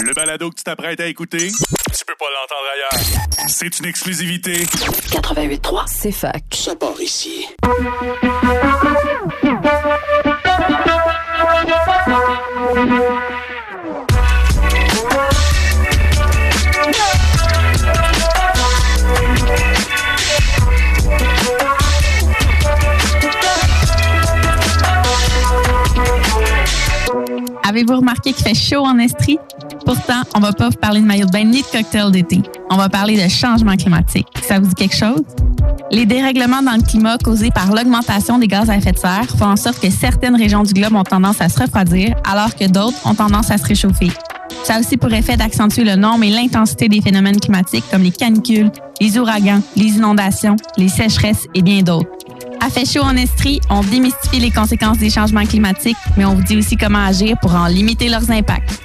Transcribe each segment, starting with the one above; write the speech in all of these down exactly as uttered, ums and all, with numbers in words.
Le balado que tu t'apprêtes à écouter, tu peux pas l'entendre ailleurs. C'est une exclusivité. quatre-vingt-huit trois, c'est fac. Ça part ici. Avez-vous remarqué qu'il fait chaud en Estrie? Pourtant, on va pas vous parler de maillot de bain ni de cocktail d'été. On va parler de changement climatique. Ça vous dit quelque chose? Les dérèglements dans le climat causés par l'augmentation des gaz à effet de serre font en sorte que certaines régions du globe ont tendance à se refroidir, alors que d'autres ont tendance à se réchauffer. Ça a aussi pour effet d'accentuer le nombre et l'intensité des phénomènes climatiques comme les canicules, les ouragans, les inondations, les sécheresses et bien d'autres. À Fait chaud en Estrie, on démystifie les conséquences des changements climatiques, mais on vous dit aussi comment agir pour en limiter leurs impacts.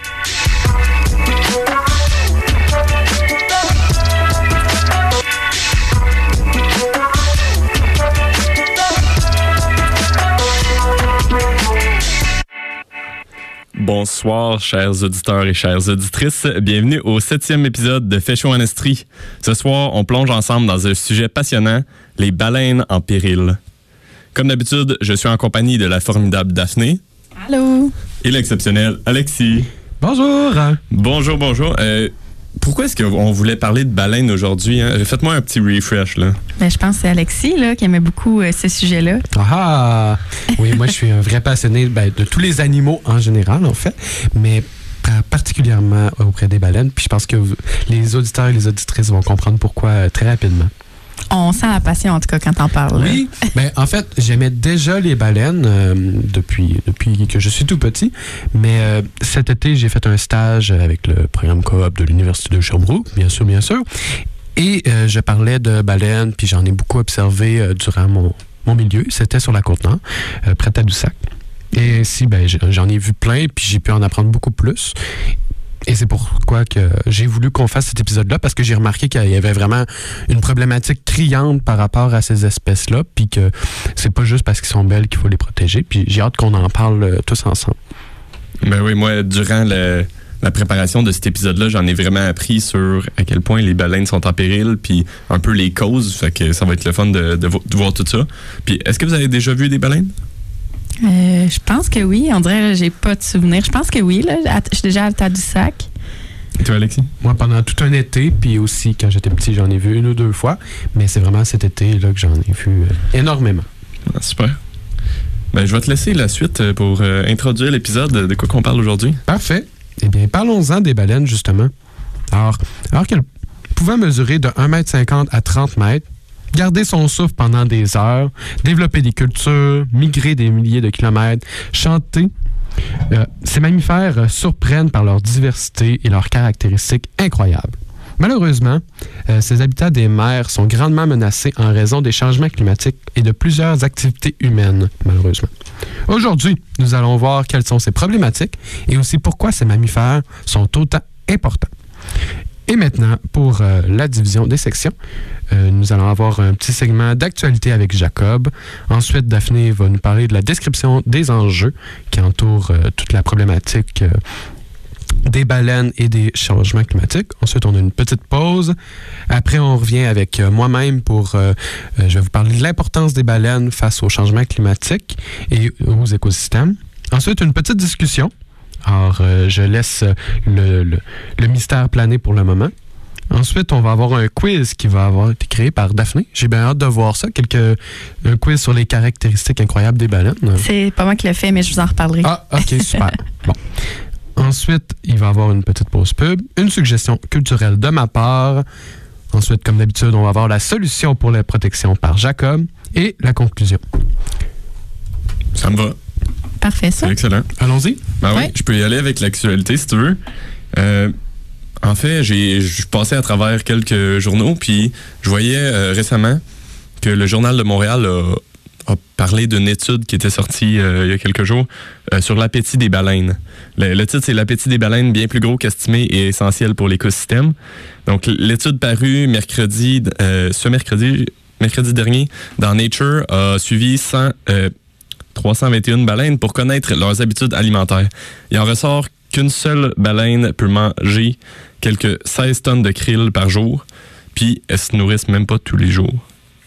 Bonsoir, chers auditeurs et chères auditrices. Bienvenue au septième épisode de Fait chaud en Estrie. Ce soir, on plonge ensemble dans un sujet passionnant, les baleines en péril. Comme d'habitude, je suis en compagnie de la formidable Daphné. Allô. Et l'exceptionnel Alexis. Bonjour. Bonjour, bonjour. Euh, pourquoi est-ce qu'on voulait parler de baleines aujourd'hui? Hein? Faites-moi un petit refresh, là. Ben, je pense que c'est Alexis là, qui aimait beaucoup euh, ce sujet-là. Ah! Oui, moi, je suis un vrai passionné ben, de tous les animaux en général, en fait, mais particulièrement auprès des baleines. Puis je pense que vous, les auditeurs et les auditrices vont comprendre pourquoi euh, très rapidement. On sent la passion, en tout cas, quand t'en parles. Oui, ben, en fait, j'aimais déjà les baleines euh, depuis, depuis que je suis tout petit, mais euh, cet été, j'ai fait un stage avec le programme coop de l'Université de Sherbrooke, bien sûr, bien sûr, et euh, je parlais de baleines, puis j'en ai beaucoup observé euh, durant mon, mon milieu. C'était sur la Côte-Nord, euh, près de Tadoussac. Et ainsi, ben, j'en ai vu plein, puis j'ai pu en apprendre beaucoup plus. Et c'est pourquoi que j'ai voulu qu'on fasse cet épisode-là, parce que j'ai remarqué qu'il y avait vraiment une problématique criante par rapport à ces espèces-là, puis que c'est pas juste parce qu'ils sont belles qu'il faut les protéger. Puis j'ai hâte qu'on en parle tous ensemble. Ben oui, moi, durant le, la préparation de cet épisode-là, j'en ai vraiment appris sur à quel point les baleines sont en péril, puis un peu les causes. Fait que ça va être le fun de, de, de voir tout ça. Puis est-ce que vous avez déjà vu des baleines? Euh, je pense que oui. On dirait que j'ai pas de souvenir. Je pense que oui. Là. Je suis déjà à Tadoussac. Et toi, Alexis? Moi, pendant tout un été, puis aussi quand j'étais petit, j'en ai vu une ou deux fois. Mais c'est vraiment cet été là, que j'en ai vu euh, énormément. Ah, super. Ben, je vais te laisser la suite pour euh, introduire l'épisode de quoi qu'on parle aujourd'hui. Parfait. Eh bien, parlons-en des baleines, justement. Alors, alors qu'elles pouvaient mesurer de un mètre cinquante à trente mètres, garder son souffle pendant des heures, développer des cultures, migrer des milliers de kilomètres, chanter. Euh, ces mammifères euh, surprennent par leur diversité et leurs caractéristiques incroyables. Malheureusement, euh, ces habitats des mers sont grandement menacés en raison des changements climatiques et de plusieurs activités humaines, malheureusement. Aujourd'hui, nous allons voir quelles sont ces problématiques et aussi pourquoi ces mammifères sont autant importants. Et maintenant, pour euh, la division des sections, euh, nous allons avoir un petit segment d'actualité avec Jacob. Ensuite, Daphné va nous parler de la description des enjeux qui entourent euh, toute la problématique euh, des baleines et des changements climatiques. Ensuite, on a une petite pause. Après, on revient avec euh, moi-même pour... Euh, euh, je vais vous parler de l'importance des baleines face aux changements climatiques et aux écosystèmes. Ensuite, une petite discussion. Alors, euh, je laisse le, le, le mystère planer pour le moment. Ensuite, on va avoir un quiz qui va avoir été créé par Daphné. J'ai bien hâte de voir ça. Quelques, un quiz sur les caractéristiques incroyables des baleines. C'est pas moi qui l'ai fait, mais je vous en reparlerai. Ah, OK, super. Bon. Ensuite, il va y avoir une petite pause pub, une suggestion culturelle de ma part. Ensuite, comme d'habitude, on va avoir la solution pour la protection par Jacob et la conclusion. Ça me va. Parfait, ça. C'est excellent. Allons-y. Ben ouais. oui, je peux y aller avec l'actualité si tu veux. Euh, en fait, j'ai je passais à travers quelques journaux, puis je voyais euh, récemment que le Journal de Montréal a, a parlé d'une étude qui était sortie euh, il y a quelques jours euh, sur l'appétit des baleines. Le, le titre, c'est « L'appétit des baleines, bien plus gros qu'estimé et essentiel pour l'écosystème ». Donc, l'étude parue mercredi, euh, ce mercredi, mercredi dernier dans Nature a suivi cent... Euh, trois cent vingt et une baleines pour connaître leurs habitudes alimentaires. Il en ressort qu'une seule baleine peut manger quelques seize tonnes de krill par jour, puis elles se nourrissent même pas tous les jours.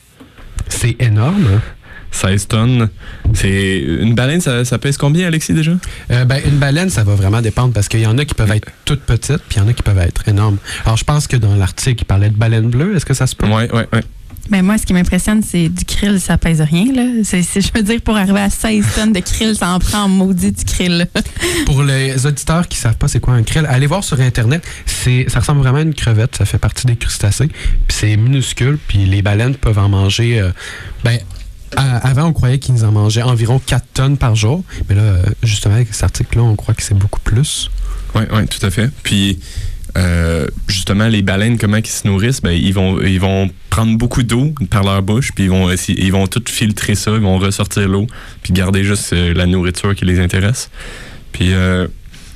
C'est énorme, hein? seize tonnes. C'est une baleine, ça, ça pèse combien, Alexis, déjà? Euh, ben, une baleine, ça va vraiment dépendre parce qu'il y en a qui peuvent être toutes petites, puis il y en a qui peuvent être énormes. Alors, je pense que dans l'article, il parlait de baleine bleue. Est-ce que ça se peut? Oui, oui, oui. Mais moi, ce qui m'impressionne, c'est du krill, ça pèse rien. Là. C'est, c'est, je veux dire, pour arriver à seize tonnes de krill, ça en prend en maudit du krill. Là. Pour les auditeurs qui ne savent pas c'est quoi un krill, allez voir sur Internet. C'est, ça ressemble vraiment à une crevette. Ça fait partie des crustacés. Puis c'est minuscule. Puis les baleines peuvent en manger... Euh, ben, à, avant, on croyait qu'ils en mangeaient environ quatre tonnes par jour. Mais là, justement, avec cet article-là, on croit que c'est beaucoup plus. Oui, oui, tout à fait. Puis... Euh, justement, les baleines, comment ils se nourrissent, ben, ils vont ils vont prendre beaucoup d'eau par leur bouche, puis ils vont ils vont tout filtrer ça, ils vont ressortir l'eau, puis garder juste euh, la nourriture qui les intéresse. Puis euh,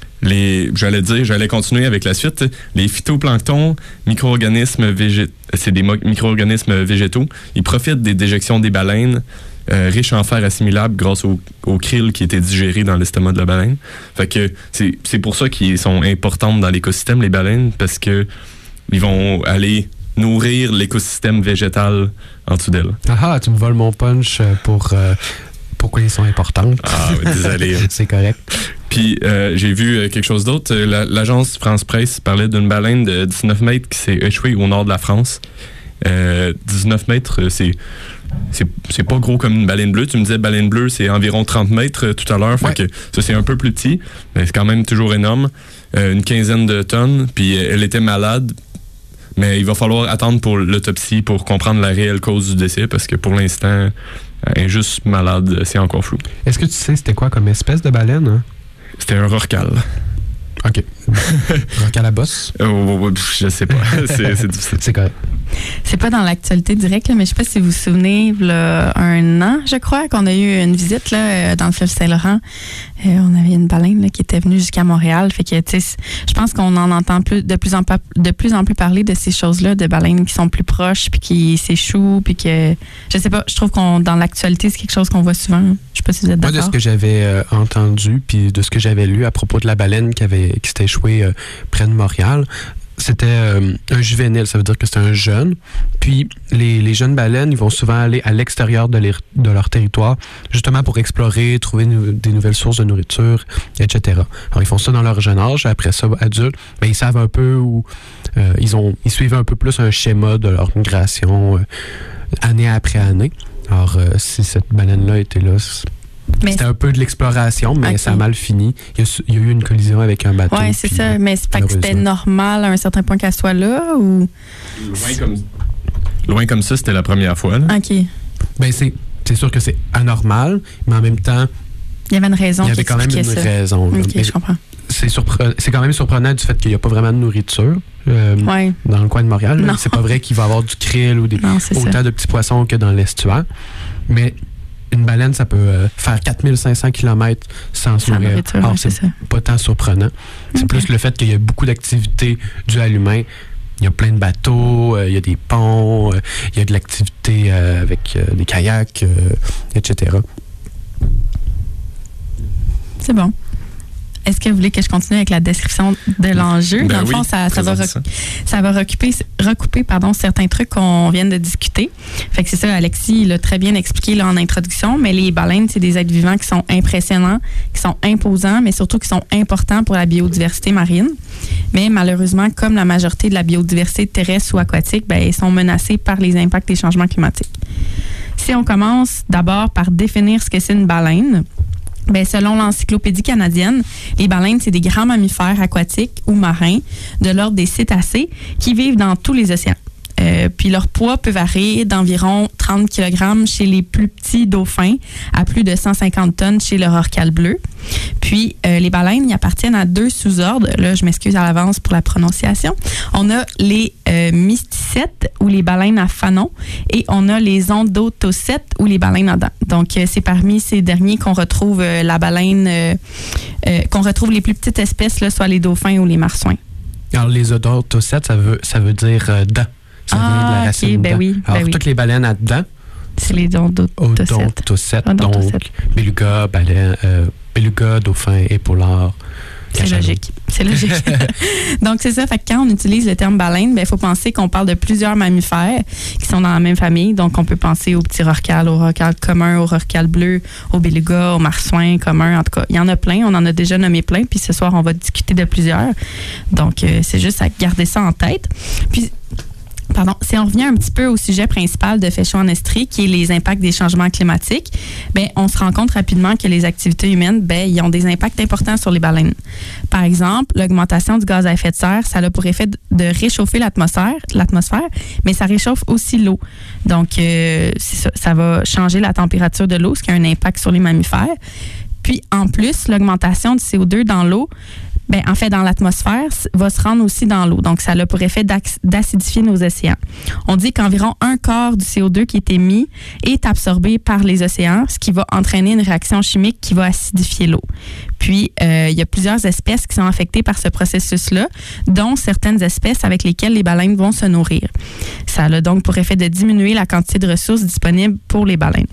les j'allais dire, j'allais continuer avec la suite. Les phytoplanctons, micro-organismes végétaux, c'est des micro-organismes végétaux, ils profitent des déjections des baleines. Euh, riche en fer assimilable grâce au, au krill qui était digéré dans l'estomac de la baleine. Fait que c'est, c'est pour ça qu'ils sont importantes dans l'écosystème, les baleines, parce que ils vont aller nourrir l'écosystème végétal en dessous d'elles. Ah, tu me voles mon punch pour euh, pourquoi ils sont importantes. Ah, ouais, désolé. C'est correct. Puis euh, j'ai vu quelque chose d'autre. La, l'agence France Presse parlait d'une baleine de dix-neuf mètres qui s'est échouée au nord de la France. Euh, dix-neuf mètres, c'est, c'est, c'est pas gros comme une baleine bleue. Tu me disais baleine bleue, c'est environ trente mètres euh, tout à l'heure. Ouais. Fait que ça, c'est un peu plus petit, mais c'est quand même toujours énorme. Euh, une quinzaine de tonnes, puis elle était malade. Mais il va falloir attendre pour l'autopsie pour comprendre la réelle cause du décès, parce que pour l'instant, elle est juste malade, c'est encore flou. Est-ce que tu sais c'était quoi comme espèce de baleine? Hein? C'était un rorqual. OK. Rorqual à bosse? Oh, je sais pas. c'est, c'est difficile. C'est correct. C'est pas dans l'actualité directe, là, mais je sais pas si vous vous souvenez, là, un an, je crois, qu'on a eu une visite là, dans le fleuve Saint-Laurent. Euh, on avait une baleine là, qui était venue jusqu'à Montréal. Fait que, tu sais, je pense qu'on en entend plus, de, plus en, de plus en plus parler de ces choses-là, de baleines qui sont plus proches, puis qui s'échouent, puis que, je sais pas, je trouve qu'on dans l'actualité, c'est quelque chose qu'on voit souvent. Je sais pas si vous êtes d'accord. Moi, de ce que j'avais euh, entendu, puis de ce que j'avais lu à propos de la baleine qui, avait, qui s'était échouée euh, près de Montréal, c'était euh, un juvénile, ça veut dire que c'est un jeune. Puis les, les jeunes baleines, ils vont souvent aller à l'extérieur de, les, de leur territoire, justement pour explorer, trouver nou- des nouvelles sources de nourriture, et cetera. Alors ils font ça dans leur jeune âge. Après ça, adultes, ben, ils savent un peu où euh, ils ont, ils suivent un peu plus un schéma de leur migration euh, année après année. Alors euh, si cette baleine-là était là, Mais c'était un peu de l'exploration, mais okay. ça a mal fini. Il y a, il y a eu une collision avec un bateau. Oui, c'est puis, ça. Mais c'est pas que c'était normal à un certain point qu'elle soit là ou. Loin comme, loin comme ça, c'était la première fois. Là. OK. Ben c'est, c'est sûr que c'est anormal, mais en même temps, il y avait une raison. Il y avait quand même une ça. raison. OK, mais je comprends. C'est, surpre- c'est quand même surprenant du fait qu'il n'y a pas vraiment de nourriture euh, ouais. dans le coin de Montréal. Non. C'est pas vrai qu'il va y avoir du krill ou des, non, autant ça. de petits poissons que dans l'estuaire. Mais une baleine, ça peut euh, faire quatre mille cinq cents kilomètres sans se nourrir. Alors, ouais, c'est, c'est ça. pas tant surprenant. C'est okay. plus le fait qu'il y a beaucoup d'activités dues à l'humain. Il y a plein de bateaux, euh, il y a des ponts, euh, il y a de l'activité euh, avec euh, des kayaks, euh, et cetera. C'est bon. Est-ce que vous voulez que je continue avec la description de l'enjeu? Ben Dans le oui, fond, ça, ça va, rec- ça. ça va recouper, recouper pardon, certains trucs qu'on vient de discuter. Fait que c'est ça, Alexis l'a très bien expliqué là, en introduction, mais les baleines, c'est des êtres vivants qui sont impressionnants, qui sont imposants, mais surtout qui sont importants pour la biodiversité marine. Mais malheureusement, comme la majorité de la biodiversité terrestre ou aquatique, ben, ils sont menacés par les impacts des changements climatiques. Si on commence d'abord par définir ce que c'est une baleine, ben, selon l'Encyclopédie canadienne, les baleines, c'est des grands mammifères aquatiques ou marins de l'ordre des cétacés qui vivent dans tous les océans. Euh, puis leur poids peut varier d'environ trente kilogrammes chez les plus petits dauphins à plus de cent cinquante tonnes chez le rorqual bleu. Puis euh, les baleines y appartiennent à deux sous-ordres. Là, je m'excuse à l'avance pour la prononciation. On a les euh, mysticètes ou les baleines à fanon et on a les ondontocètes ou les baleines à dents. Donc, euh, c'est parmi ces derniers qu'on retrouve euh, la baleine, euh, euh, qu'on retrouve les plus petites espèces, là, soit les dauphins ou les marsouins. Alors, les odontocètes, ça veut, ça veut dire euh, dents. Ça ah, vient de la racine OK, ben dents. oui. Alors, ben oui. toutes les baleines à dents, c'est les odontocètes. Odontocètes, donc beluga, baleine, euh, beluga, dauphin, épaulard, C'est logique. C'est logique. Donc, c'est ça. Fait que quand on utilise le terme baleine, il faut penser qu'on parle de plusieurs mammifères qui sont dans la même famille. Donc, on peut penser au petit rorqual, au rorqual commun, au rorqual bleu, au beluga, au marsouin commun. En tout cas, il y en a plein. On en a déjà nommé plein. Puis ce soir, on va discuter de plusieurs. Donc, euh, c'est juste à garder ça en tête. Puis, Pardon, si on revient un petit peu au sujet principal de Fait chaud en Estrie, qui est les impacts des changements climatiques, ben, on se rend compte rapidement que les activités humaines, ben, ils ont des impacts importants sur les baleines. Par exemple, l'augmentation du gaz à effet de serre, ça a pour effet de réchauffer l'atmosphère, l'atmosphère, mais ça réchauffe aussi l'eau. Donc, euh, c'est ça, ça va changer la température de l'eau, ce qui a un impact sur les mammifères. Puis, en plus, l'augmentation du C O deux dans l'eau, ben, en fait, dans l'atmosphère, va se rendre aussi dans l'eau. Donc, ça a pour effet d'acidifier nos océans. On dit qu'environ un quart du C O deux qui est émis est absorbé par les océans, ce qui va entraîner une réaction chimique qui va acidifier l'eau. Puis, euh, il y a plusieurs espèces qui sont affectées par ce processus-là, dont certaines espèces avec lesquelles les baleines vont se nourrir. Ça a donc pour effet de diminuer la quantité de ressources disponibles pour les baleines.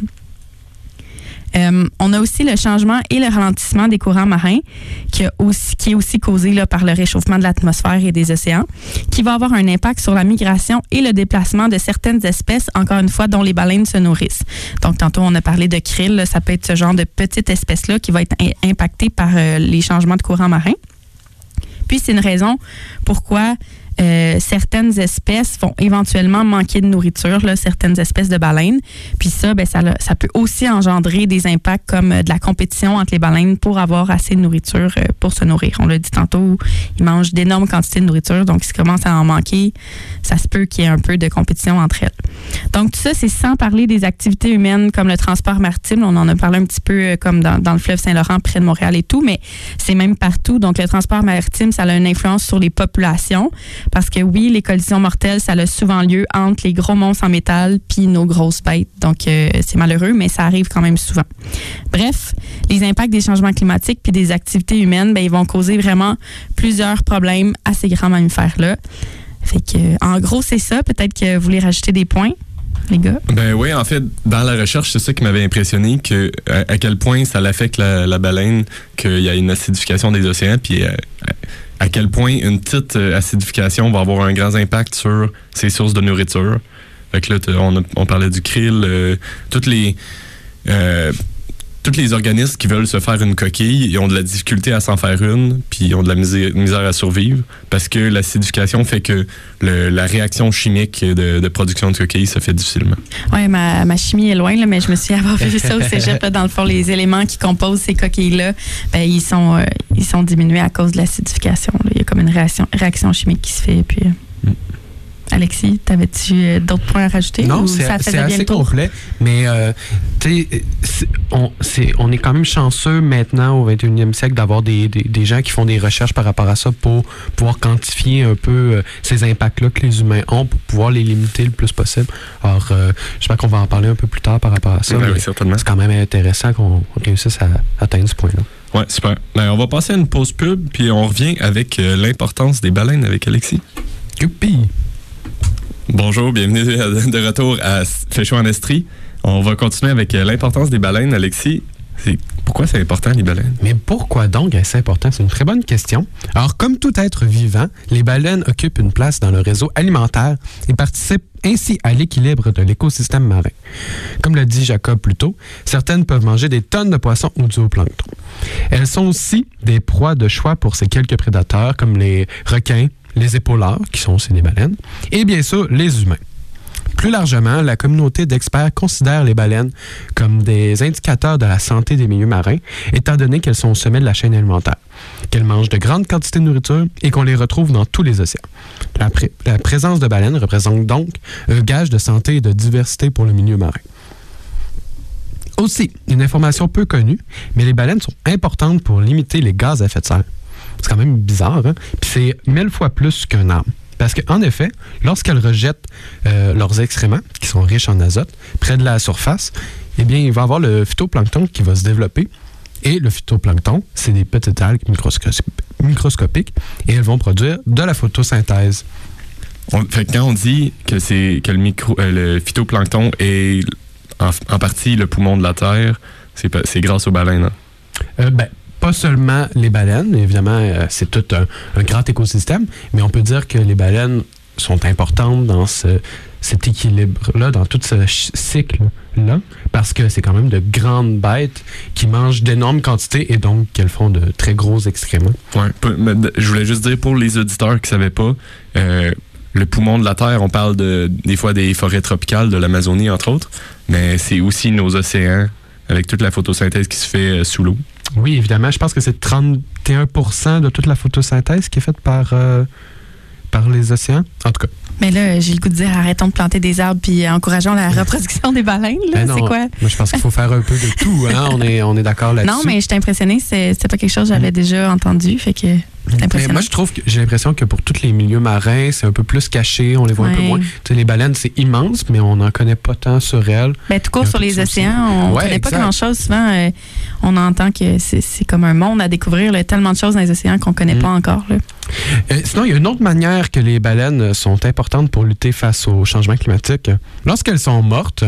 Euh, on a aussi le changement et le ralentissement des courants marins qui, a aussi, qui est aussi causé là, par le réchauffement de l'atmosphère et des océans, qui va avoir un impact sur la migration et le déplacement de certaines espèces, encore une fois, dont les baleines se nourrissent. Donc, tantôt, on a parlé de krill, là, ça peut être ce genre de petite espèce-là qui va être impactée par euh, les changements de courants marins. Puis, c'est une raison pourquoi Euh, certaines espèces vont éventuellement manquer de nourriture, là, certaines espèces de baleines. Puis ça, ben, ça, ça peut aussi engendrer des impacts comme de la compétition entre les baleines pour avoir assez de nourriture euh, pour se nourrir. On l'a dit tantôt, ils mangent d'énormes quantités de nourriture, donc s'ils commencent à en manquer, ça se peut qu'il y ait un peu de compétition entre elles. Donc tout ça, c'est sans parler des activités humaines comme le transport maritime. On en a parlé un petit peu euh, comme dans, dans le fleuve Saint-Laurent, près de Montréal et tout, mais c'est même partout. Donc le transport maritime, ça a une influence sur les populations. Parce que oui, les collisions mortelles, ça a souvent lieu entre les gros monstres en métal puis nos grosses bêtes. Donc, euh, c'est malheureux, mais ça arrive quand même souvent. Bref, les impacts des changements climatiques puis des activités humaines, ben, ils vont causer vraiment plusieurs problèmes à ces grands mammifères-là. Fait que, en gros, c'est ça. Peut-être que vous voulez rajouter des points, les gars? Ben oui, en fait, dans la recherche, c'est ça qui m'avait impressionné, que à, à quel point ça l'affecte la, la baleine, qu'il y a une acidification des océans, puis euh, à quel point une petite acidification va avoir un grand impact sur ses sources de nourriture. Fait que là, on, a, on parlait du krill, euh, toutes les... Euh, tous les organismes qui veulent se faire une coquille, ils ont de la difficulté à s'en faire une, puis ils ont de la misère, misère à survivre, parce que l'acidification fait que le, la réaction chimique de, de production de coquilles se fait difficilement. Oui, ma, ma chimie est loin, là, mais je me suis avoir vu ça au cégep. Là, dans le fond, les éléments qui composent ces coquilles-là, ben, ils, sont, euh, ils sont diminués à cause de l'acidification. Là. Il y a comme une réaction, réaction chimique qui se fait, puis... Euh... Mm. Alexis, t'avais-tu d'autres points à rajouter? Non, c'est, c'est assez complet, mais euh, tu sais, on, on est quand même chanceux maintenant au vingt et unième siècle d'avoir des, des, des gens qui font des recherches par rapport à ça pour pouvoir quantifier un peu euh, ces impacts-là que les humains ont pour pouvoir les limiter le plus possible. Alors, euh, j'espère qu'on va en parler un peu plus tard par rapport à ça. Oui, oui, certainement. C'est quand même intéressant qu'on réussisse à atteindre ce point-là. Oui, super. Ben, on va passer à une pause pub, puis on revient avec euh, l'importance des baleines avec Alexis. Youpi! Bonjour, bienvenue de retour à Fait chaud en Estrie. On va continuer avec l'importance des baleines. Alexis, c'est, pourquoi c'est important, les baleines? Mais pourquoi donc c'est important? C'est une très bonne question. Alors, comme tout être vivant, les baleines occupent une place dans le réseau alimentaire et participent ainsi à l'équilibre de l'écosystème marin. Comme l'a dit Jacob plus tôt, certaines peuvent manger des tonnes de poissons ou du zooplancton. Elles sont aussi des proies de choix pour ces quelques prédateurs comme les requins, les épaulards, qui sont aussi des baleines, et bien sûr, les humains. Plus largement, la communauté d'experts considère les baleines comme des indicateurs de la santé des milieux marins, étant donné qu'elles sont au sommet de la chaîne alimentaire, qu'elles mangent de grandes quantités de nourriture et qu'on les retrouve dans tous les océans. La, pré- la présence de baleines représente donc un gage de santé et de diversité pour le milieu marin. Aussi, une information peu connue, mais les baleines sont importantes pour limiter les gaz à effet de serre. C'est quand même bizarre, hein? Puis c'est mille fois plus qu'un arbre. Parce qu'en effet, lorsqu'elles rejettent euh, leurs excréments, qui sont riches en azote, près de la surface, eh bien, il va y avoir le phytoplancton qui va se développer. Et le phytoplancton, c'est des petites algues microscop- microscopiques et elles vont produire de la photosynthèse. On, fait que quand on dit que, c'est, que le, micro, euh, le phytoplancton est en, en partie le poumon de la Terre, c'est, c'est grâce aux baleines. Hein? Euh, ben, pas seulement les baleines, évidemment, euh, c'est tout un, un grand écosystème, mais on peut dire que les baleines sont importantes dans ce, cet équilibre-là, dans tout ce ch- cycle-là, parce que c'est quand même de grandes bêtes qui mangent d'énormes quantités et donc qu'elles font de très gros excréments. Ouais, peu- mais d- je voulais juste dire pour les auditeurs qui ne savaient pas, euh, le poumon de la Terre, on parle de, des fois des forêts tropicales, de l'Amazonie entre autres, mais c'est aussi nos océans, avec toute la photosynthèse qui se fait euh, sous l'eau. Oui, évidemment, je pense que c'est trente et un pour cent de toute la photosynthèse qui est faite par, euh, par les océans. En tout cas. Mais là, j'ai le goût de dire arrêtons de planter des arbres puis encourageons la reproduction des baleines. Là. Ben non, c'est quoi? Moi, je pense qu'il faut faire un peu de tout. Hein? On est, on est d'accord là-dessus. Non, mais je t'ai impressionnée. C'est, c'est pas quelque chose que j'avais déjà entendu. Fait que c'est Mais impressionnant. moi, je trouve que j'ai l'impression que pour tous les milieux marins, c'est un peu plus caché, on les voit un peu Ouais. moins. Tu sais, les baleines, c'est immense, mais on n'en connaît pas tant sur elles. Ben, tout court Il y a sur un peu les de ça aussi. océans, on ne Ouais, connaît pas exact. grand-chose. Souvent, euh, on entend que c'est, c'est comme un monde à découvrir. Là. Tellement de choses dans les océans qu'on ne connaît Mm. pas encore. Là. Euh, sinon, il y a une autre manière que les baleines sont importantes pour lutter face au changement climatique. Lorsqu'elles sont mortes,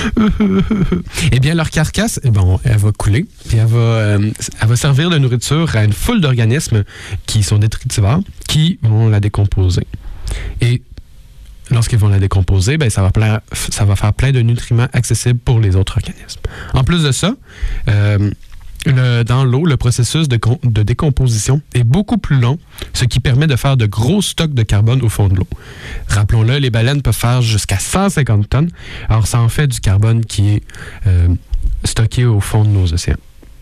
eh bien, leur carcasse, eh ben, elle va couler, puis elle va, euh, elle va servir de nourriture à une foule d'organismes qui sont détritivores, qui vont la décomposer. Et lorsqu'ils vont la décomposer, ben, ça, va plein, ça va faire plein de nutriments accessibles pour les autres organismes. En plus de ça, euh, le, dans l'eau, le processus de, con- de décomposition est beaucoup plus long, ce qui permet de faire de gros stocks de carbone au fond de l'eau. Rappelons-le, les baleines peuvent faire jusqu'à cent cinquante tonnes. Alors, ça en fait du carbone qui est euh, stocké au fond de nos océans.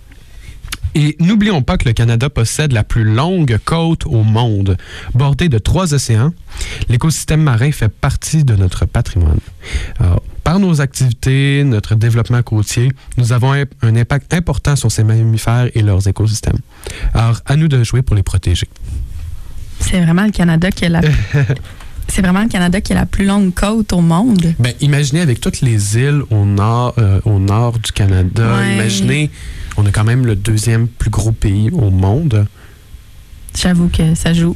Et n'oublions pas que le Canada possède la plus longue côte au monde, bordée de trois océans. L'écosystème marin fait partie de notre patrimoine. Alors, par nos activités, notre développement côtier, nous avons un, un impact important sur ces mammifères et leurs écosystèmes. Alors, à nous de jouer pour les protéger. C'est vraiment le Canada qui a la... C'est vraiment le Canada qui a la plus longue côte au monde. Ben, imaginez avec toutes les îles au nord, euh, au nord du Canada, Ouais. imaginez, on a quand même le deuxième plus gros pays au monde. J'avoue que ça joue.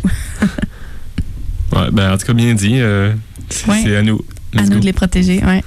Ouais, ben, en tout cas, bien dit. euh, c'est, Ouais. c'est à nous. À Let's nous go. de les protéger, ouais.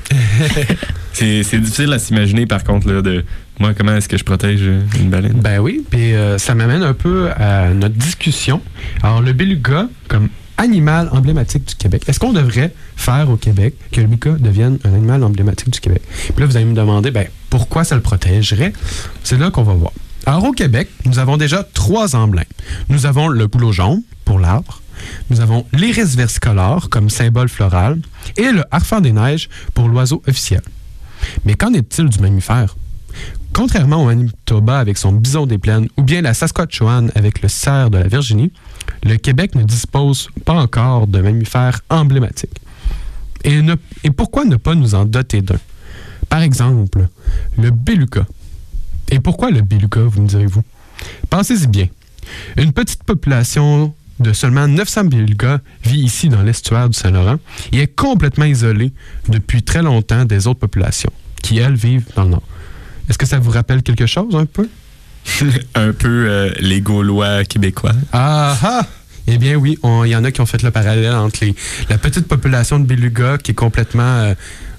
C'est, c'est difficile à s'imaginer, par contre, là, de moi, comment est-ce que je protège une baleine? Ben oui, puis euh, ça m'amène un peu à notre discussion. Alors, le beluga, comme animal emblématique du Québec, est-ce qu'on devrait faire au Québec que le beluga devienne un animal emblématique du Québec? Puis là, vous allez me demander, ben, pourquoi ça le protégerait? C'est là qu'on va voir. Alors, au Québec, nous avons déjà trois emblèmes. Nous avons le bouleau jaune pour l'arbre. Nous avons l'iris versicolore comme symbole floral et le harfang des neiges pour l'oiseau officiel. Mais qu'en est-il du mammifère? Contrairement au Manitoba avec son bison des plaines ou bien la Saskatchewan avec le cerf de la Virginie, le Québec ne dispose pas encore de mammifères emblématiques. Et, ne- et pourquoi ne pas nous en doter d'un? Par exemple, le beluga. Et pourquoi le beluga, vous me direz-vous? Pensez-y bien. Une petite population de seulement neuf cents belugas vit ici dans l'estuaire du Saint-Laurent et est complètement isolée depuis très longtemps des autres populations qui, elles, vivent dans le nord. Est-ce que ça vous rappelle quelque chose un peu? Un peu euh, les Gaulois québécois. Ah ah! Eh bien oui, on- il y en a qui ont fait le parallèle entre les, la petite population de belugas qui est complètement euh,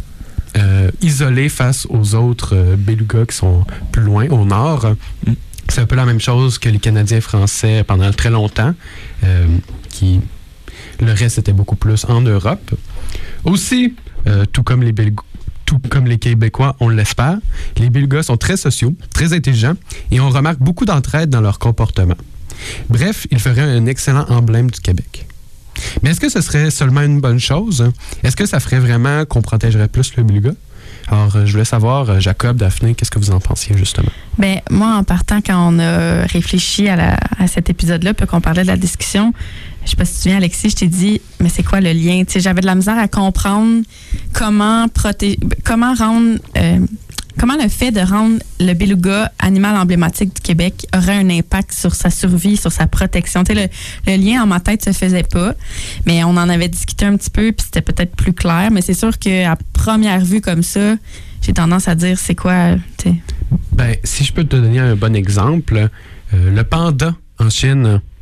euh, isolée face aux autres euh, belugas qui sont plus loin, au nord. Mm. C'est un peu la même chose que les Canadiens français pendant très longtemps, euh, qui le reste était beaucoup plus en Europe. Aussi, euh, tout comme les Belg- tout comme les Québécois, on l'espère, les belugas sont très sociaux, très intelligents et on remarque beaucoup d'entraide dans leur comportement. Bref, il ferait un excellent emblème du Québec. Mais est-ce que ce serait seulement une bonne chose? Est-ce que ça ferait vraiment qu'on protégerait plus le beluga? Alors, euh, je voulais savoir, euh, Jacob, Daphné, qu'est-ce que vous en pensiez justement? Ben, moi, en partant, quand on a réfléchi à, la, à cet épisode-là, puis qu'on parlait de la discussion, je sais pas si tu te souviens, Alexis, je t'ai dit, mais c'est quoi le lien? Tu sais, j'avais de la misère à comprendre comment protéger, comment rendre, euh, comment le fait de rendre le beluga animal emblématique du Québec aurait un impact sur sa survie, sur sa protection. Tu sais, le, le lien en ma tête se faisait pas, mais on en avait discuté un petit peu, puis c'était peut-être plus clair, mais c'est sûr qu'à première vue comme ça, j'ai tendance à dire, c'est quoi, tu sais. Ben, si je peux te donner un bon exemple, euh, le panda en Chine,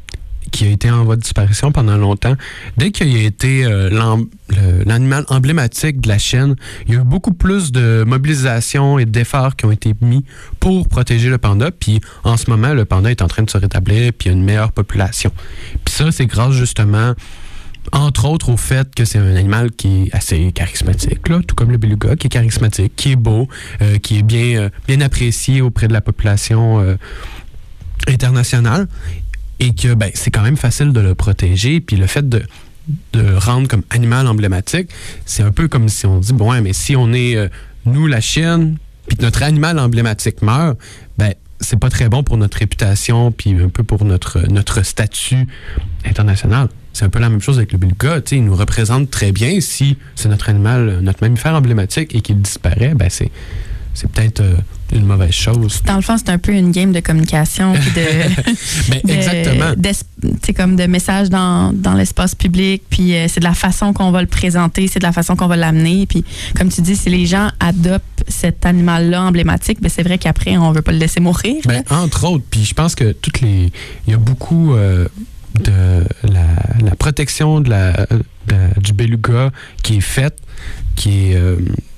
qui a été en voie de disparition pendant longtemps, dès qu'il a été euh, l'em- le- l'animal emblématique de la chaîne, il y a eu beaucoup plus de mobilisation et d'efforts qui ont été mis pour protéger le panda. Puis en ce moment, le panda est en train de se rétablir, puis il y a une meilleure population. Puis ça, c'est grâce justement, entre autres, au fait que c'est un animal qui est assez charismatique, là, tout comme le beluga, qui est charismatique, qui est beau, euh, qui est bien, euh, bien apprécié auprès de la population euh, internationale. Et que ben, c'est quand même facile de le protéger. Puis le fait de, de rendre comme animal emblématique, c'est un peu comme si on dit, bon, ouais, mais si on est, euh, nous, la Chine, puis que notre animal emblématique meurt, ben c'est pas très bon pour notre réputation, puis un peu pour notre, notre statut international. C'est un peu la même chose avec le beluga. Il nous représente très bien. Si c'est notre animal, notre mammifère emblématique et qu'il disparaît, ben c'est, c'est peut-être... Euh, une mauvaise chose. Dans le fond, c'est un peu une game de communication puis de, ben, de exactement. C'est comme de messages dans, dans l'espace public, puis euh, c'est de la façon qu'on va le présenter, c'est de la façon qu'on va l'amener, puis comme tu dis, si les gens adoptent cet animal-là emblématique, ben c'est vrai qu'après, on veut pas le laisser mourir. Ben, entre autres, puis je pense que toutes les... Il y a beaucoup euh, de la, la protection de la, de la, du beluga qui est faite, qui est... Euh,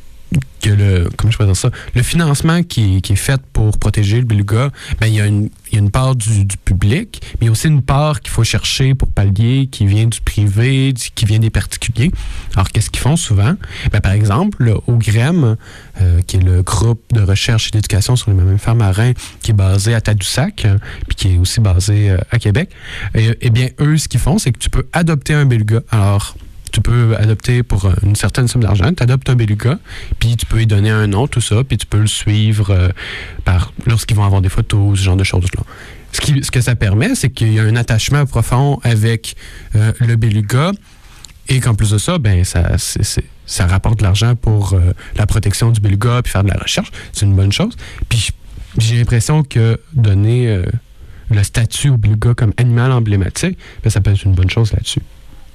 que le comment je peux dire ça le financement qui, qui est fait pour protéger le beluga, ben il y a une il y a une part du, du public, mais il y a aussi une part qu'il faut chercher pour pallier, qui vient du privé, du, qui vient des particuliers. Alors qu'est-ce qu'ils font souvent? Ben, par exemple, le O G R E M, euh, qui est le groupe de recherche et d'éducation sur les mammifères marins, qui est basé à Tadoussac, hein, puis qui est aussi basé euh, à Québec. Et, eh bien eux, ce qu'ils font, c'est que tu peux adopter un beluga. Alors tu peux adopter pour une certaine somme d'argent, tu adoptes un beluga, puis tu peux lui donner un nom, tout ça, puis tu peux le suivre euh, par lorsqu'ils vont avoir des photos, ce genre de choses-là. Ce, qui, ce que ça permet, c'est qu'il y a un attachement profond avec euh, le beluga, et qu'en plus de ça, ben ça, c'est, c'est, ça rapporte de l'argent pour euh, la protection du beluga, puis faire de la recherche. C'est une bonne chose. Puis j'ai l'impression que donner euh, le statut au beluga comme animal emblématique, ben, ça peut être une bonne chose là-dessus.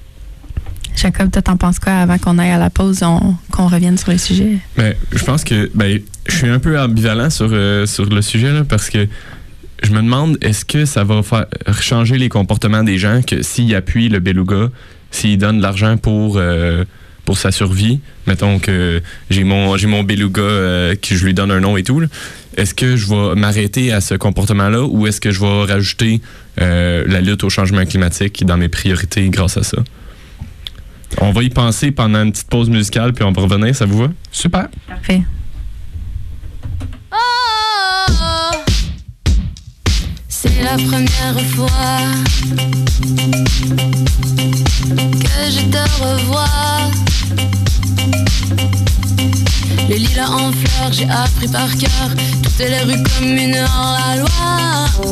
Jacob, toi, t'en penses quoi avant qu'on aille à la pause, on, qu'on revienne sur le sujet? Ben, je pense que ben, je suis un peu ambivalent sur, euh, sur le sujet là, parce que je me demande, est-ce que ça va faire changer les comportements des gens que s'ils appuient le beluga, s'ils donnent de l'argent pour, euh, pour sa survie, mettons que j'ai mon, j'ai mon beluga, euh, que je lui donne un nom et tout, là, est-ce que je vais m'arrêter à ce comportement-là ou est-ce que je vais rajouter euh, la lutte au changement climatique dans mes priorités grâce à ça? On va y penser pendant une petite pause musicale, puis on va revenir, ça vous va? Super. Parfait. Oh, c'est la première fois que je te revois. Le lilas en fleurs, j'ai appris par cœur toutes les rues comme une hors-la-loi.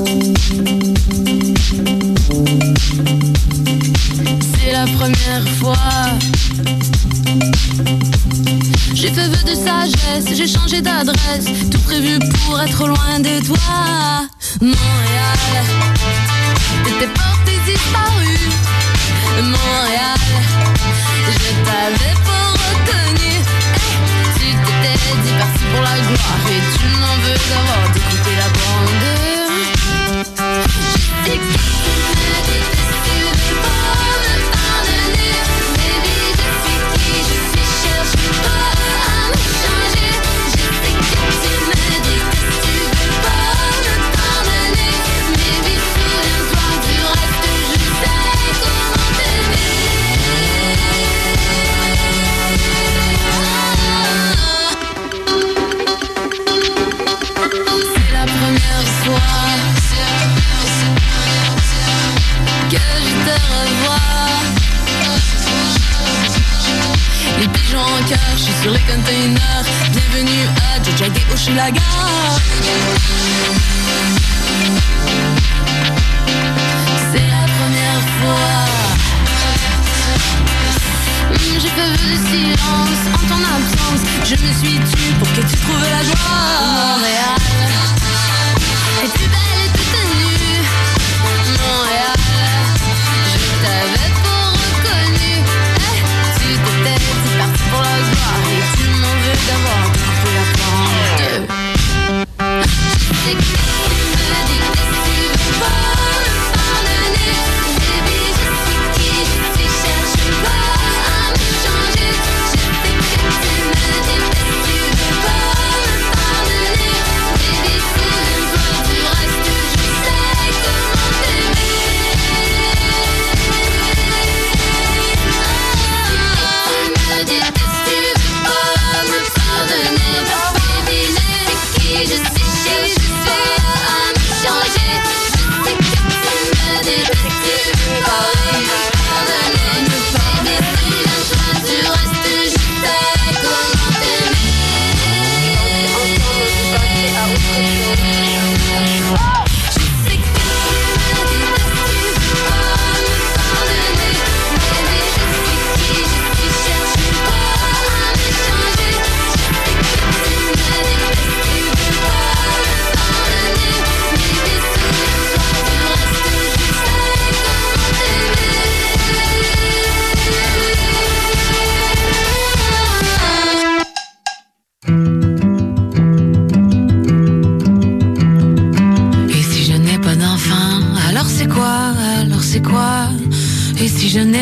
C'est la première fois. J'ai fait vœu de sagesse, j'ai changé d'adresse, tout prévu pour être loin de toi. Montréal, t'étais porté disparu. Montréal, je t'avais pas reconnu. Hey, tu t'étais dit parti pour la gloire et tu m'en veux d'avoir découpé la bande. Je sais que tu me détestes, tu veux pas me pardonner. Baby, je suis qui je suis, cherche pas à me changer. Je sais que tu me détestes, tu veux pas me pardonner. Baby, souviens-toi du reste, je sais comment t'aimer. C'est la première fois que je te revois. Les pigeons en cœur, je suis sur les containers. Bienvenue à Jajag et Hochelaga. C'est la première fois. Hum, J'ai fait vœu de silence en ton absence. Je me suis tue pour que tu trouves la joie. Montréal, es-tu belle et toute nue? Montréal, je t'avais pas reconnu. Eh, tu t'étais dit parti pour la gloire et tu m'en veux d'avoir coupé la bande. Je sais que tu me détestes, tu veux pas me pardonner.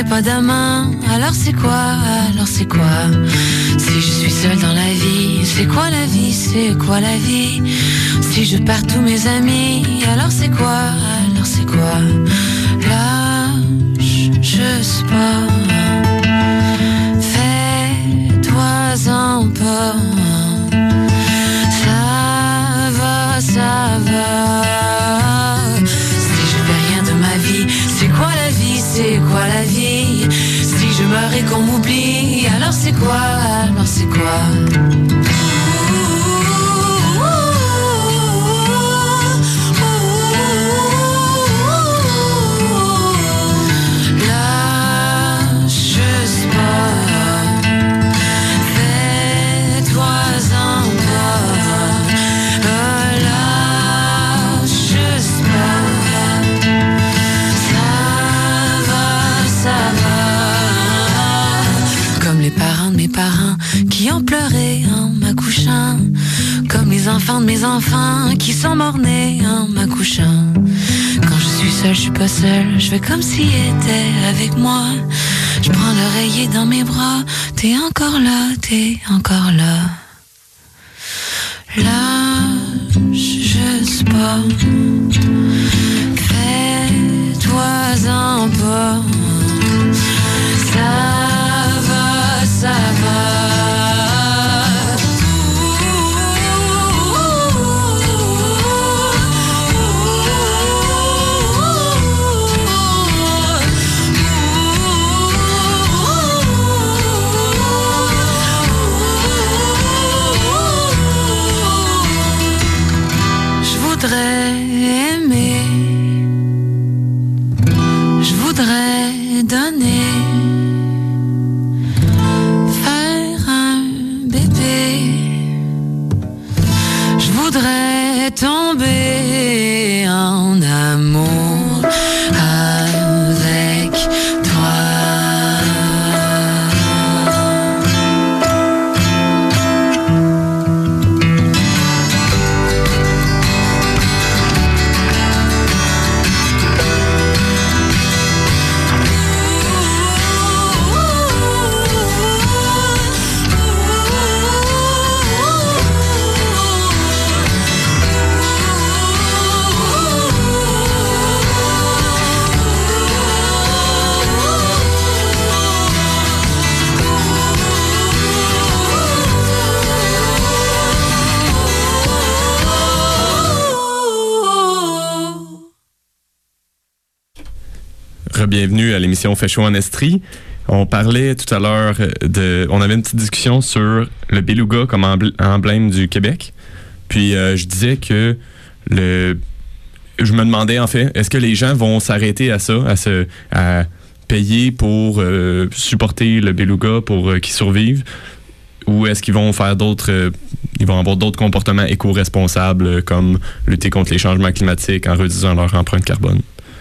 n'ai pas d'amant, alors c'est quoi, alors c'est quoi? Si je suis seule dans la vie, c'est quoi la vie, c'est quoi la vie? Si je perds tous mes amis, alors c'est quoi, alors c'est quoi? Lâche, je sais pas. Fais-toi-en pas. Ça va, ça va. Si je fais rien de ma vie, c'est quoi la vie, c'est quoi la vie? Si je meurs et qu'on m'oublie, alors c'est quoi, alors c'est quoi? Parents qui ont pleuré en m'accouchant, comme les enfants de mes enfants qui sont morts-nés en m'accouchant. Quand je suis seule, je suis pas seule, je fais comme s'il était avec moi. Je prends l'oreiller dans mes bras, t'es encore là, t'es encore là. Là, je sais pas, fais-toi-en pas. Ça ça va. Je voudrais aimer, je voudrais donner. Je voudrais tomber en amour avec toi. Bienvenue à l'émission Fait chaud en Estrie. On parlait tout à l'heure de... On avait une petite discussion sur le beluga comme emblème du Québec. Puis euh, je disais que le... Je me demandais en fait, est-ce que les gens vont s'arrêter à ça, à, se, à payer pour euh, supporter le beluga pour euh, qu'il survive? Ou est-ce qu'ils vont faire d'autres... Euh, ils vont avoir d'autres comportements éco-responsables euh, comme lutter contre les changements climatiques en réduisant leur empreinte carbone?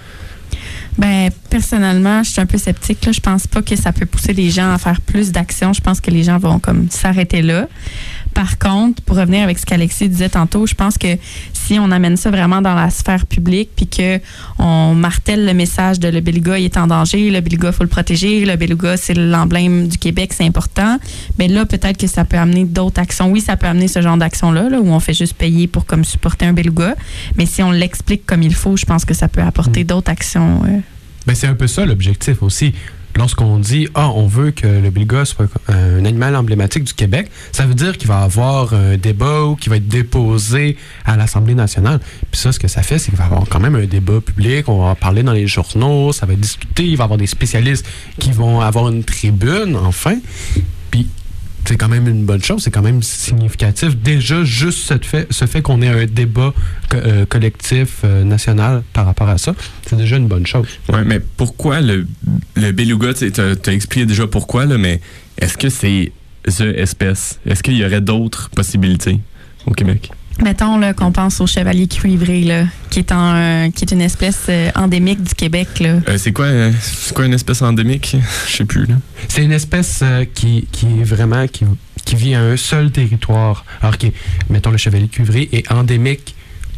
Ben personnellement, je suis un peu sceptique. Là. Je pense pas que ça peut pousser les gens à faire plus d'actions. Je pense que les gens vont comme s'arrêter là. Par contre, pour revenir avec ce qu'Alexis disait tantôt, je pense que si on amène ça vraiment dans la sphère publique puis qu'on martèle le message de le beluga il est en danger, le beluga il faut le protéger, le beluga c'est l'emblème du Québec, c'est important, mais là peut-être que ça peut amener d'autres actions. Oui, ça peut amener ce genre d'action-là là, où on fait juste payer pour comme supporter un beluga, mais si on l'explique comme il faut, je pense que ça peut apporter mmh. d'autres actions. Euh. Ben, c'est un peu ça l'objectif aussi. Lorsqu'on dit « Ah, on veut que le beluga soit un animal emblématique du Québec », ça veut dire qu'il va y avoir un débat ou qu'il va être déposé à l'Assemblée nationale. Puis ça, ce que ça fait, c'est qu'il va y avoir quand même un débat public, on va en parler dans les journaux, ça va être discuté, il va y avoir des spécialistes qui vont avoir une tribune, enfin. Puis c'est quand même une bonne chose, c'est quand même significatif. Déjà, juste ce fait, ce fait qu'on ait un débat co- euh, collectif euh, national par rapport à ça, c'est déjà une bonne chose. Oui, mais pourquoi le, le beluga, tu as expliqué déjà pourquoi, là, mais est-ce que c'est the espèce? Est-ce qu'il y aurait d'autres possibilités au Québec? Mettons là, qu'on pense au chevalier cuivré, là, qui, est en, euh, qui est une espèce euh, endémique du Québec. Là. Euh, c'est, quoi, euh, c'est quoi une espèce endémique? Je sais plus. Là. C'est une espèce euh, qui, qui est vraiment... Qui, qui vit à un seul territoire. Alors que, mettons, le chevalier cuivré est endémique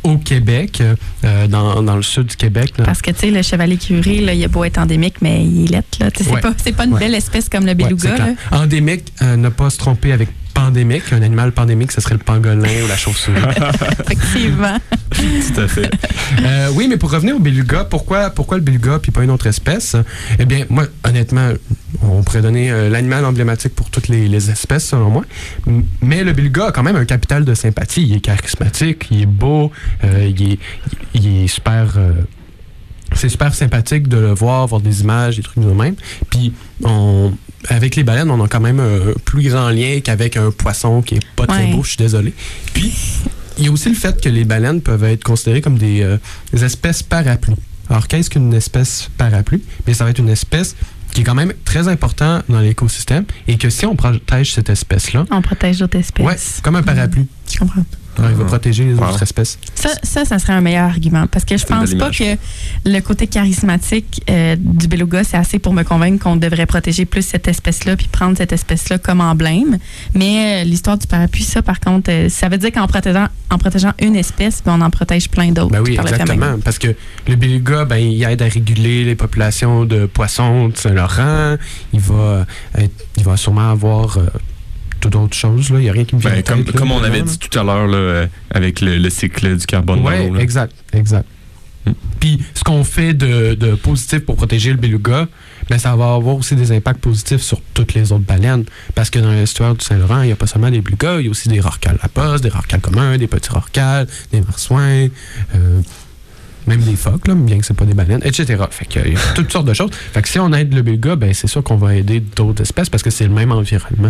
au Québec, euh, dans, dans le sud du Québec. Là. Parce que, tu sais, le chevalier curé, là, il a beau être endémique, mais il est lettre, là. C'est ouais. pas, c'est pas une ouais. belle espèce comme le beluga, ouais, là. Endémique, euh, ne pas se tromper avec pandémique. Un animal pandémique, ce serait le pangolin ou la chauve-souris. Effectivement. Tout à fait. Euh, oui, mais pour revenir au beluga, pourquoi, pourquoi le beluga puis pas une autre espèce? Eh bien, moi, honnêtement, on pourrait donner euh, l'animal emblématique pour toutes les, les espèces, selon moi. M- Mais le beluga a quand même un capital de sympathie. Il est charismatique, il est beau, euh, il, est, il est super... Euh, c'est super sympathique de le voir, voir des images, des trucs de même. Puis, on, avec les baleines, on a quand même un plus grand lien qu'avec un poisson qui est pas très ouais. beau, je suis désolé. Puis, il y a aussi le fait que les baleines peuvent être considérées comme des, euh, des espèces parapluies. Alors, qu'est-ce qu'une espèce parapluie? Bien, ça va être une espèce qui est quand même très importante dans l'écosystème et que si on protège cette espèce-là... On protège d'autres espèces. Ouais, comme un parapluie. Mmh, je comprends. Alors, il va protéger les Wow. autres espèces. Ça, ça, ça serait un meilleur argument. Parce que je C'est une pense belle pas image. que le côté charismatique euh, du beluga, c'est assez pour me convaincre qu'on devrait protéger plus cette espèce-là puis prendre cette espèce-là comme emblème. Mais euh, l'histoire du parapluie, ça, par contre, euh, ça veut dire qu'en protégeant, en protégeant une espèce, ben, on en protège plein d'autres. Ben oui, par le fait exactement. même. Parce que le beluga, ben, il aide à réguler les populations de poissons de Saint-Laurent. Il va, être, il va sûrement avoir... Euh, d'autres choses. Là. Il n'y a rien qui me vient Ben, en comme, tête, là, comme on avait là. dit tout à l'heure, là, euh, avec le, le cycle du carbone. Oui, dans l'eau, là. exact, exact. Mm. Puis, ce qu'on fait de, de positif pour protéger le beluga, ben, ça va avoir aussi des impacts positifs sur toutes les autres baleines. Parce que dans l'estuaire du Saint-Laurent, il n'y a pas seulement des belugas, il y a aussi des rorquals à poste, des rorquals communs, des petits rorquals, des marsouins, euh, même des phoques, là, bien que ce pas des baleines, et cetera. Fait qu'il y a toutes sortes de choses. Fait que si on aide le beluga, ben, c'est sûr qu'on va aider d'autres espèces parce que c'est le même environnement.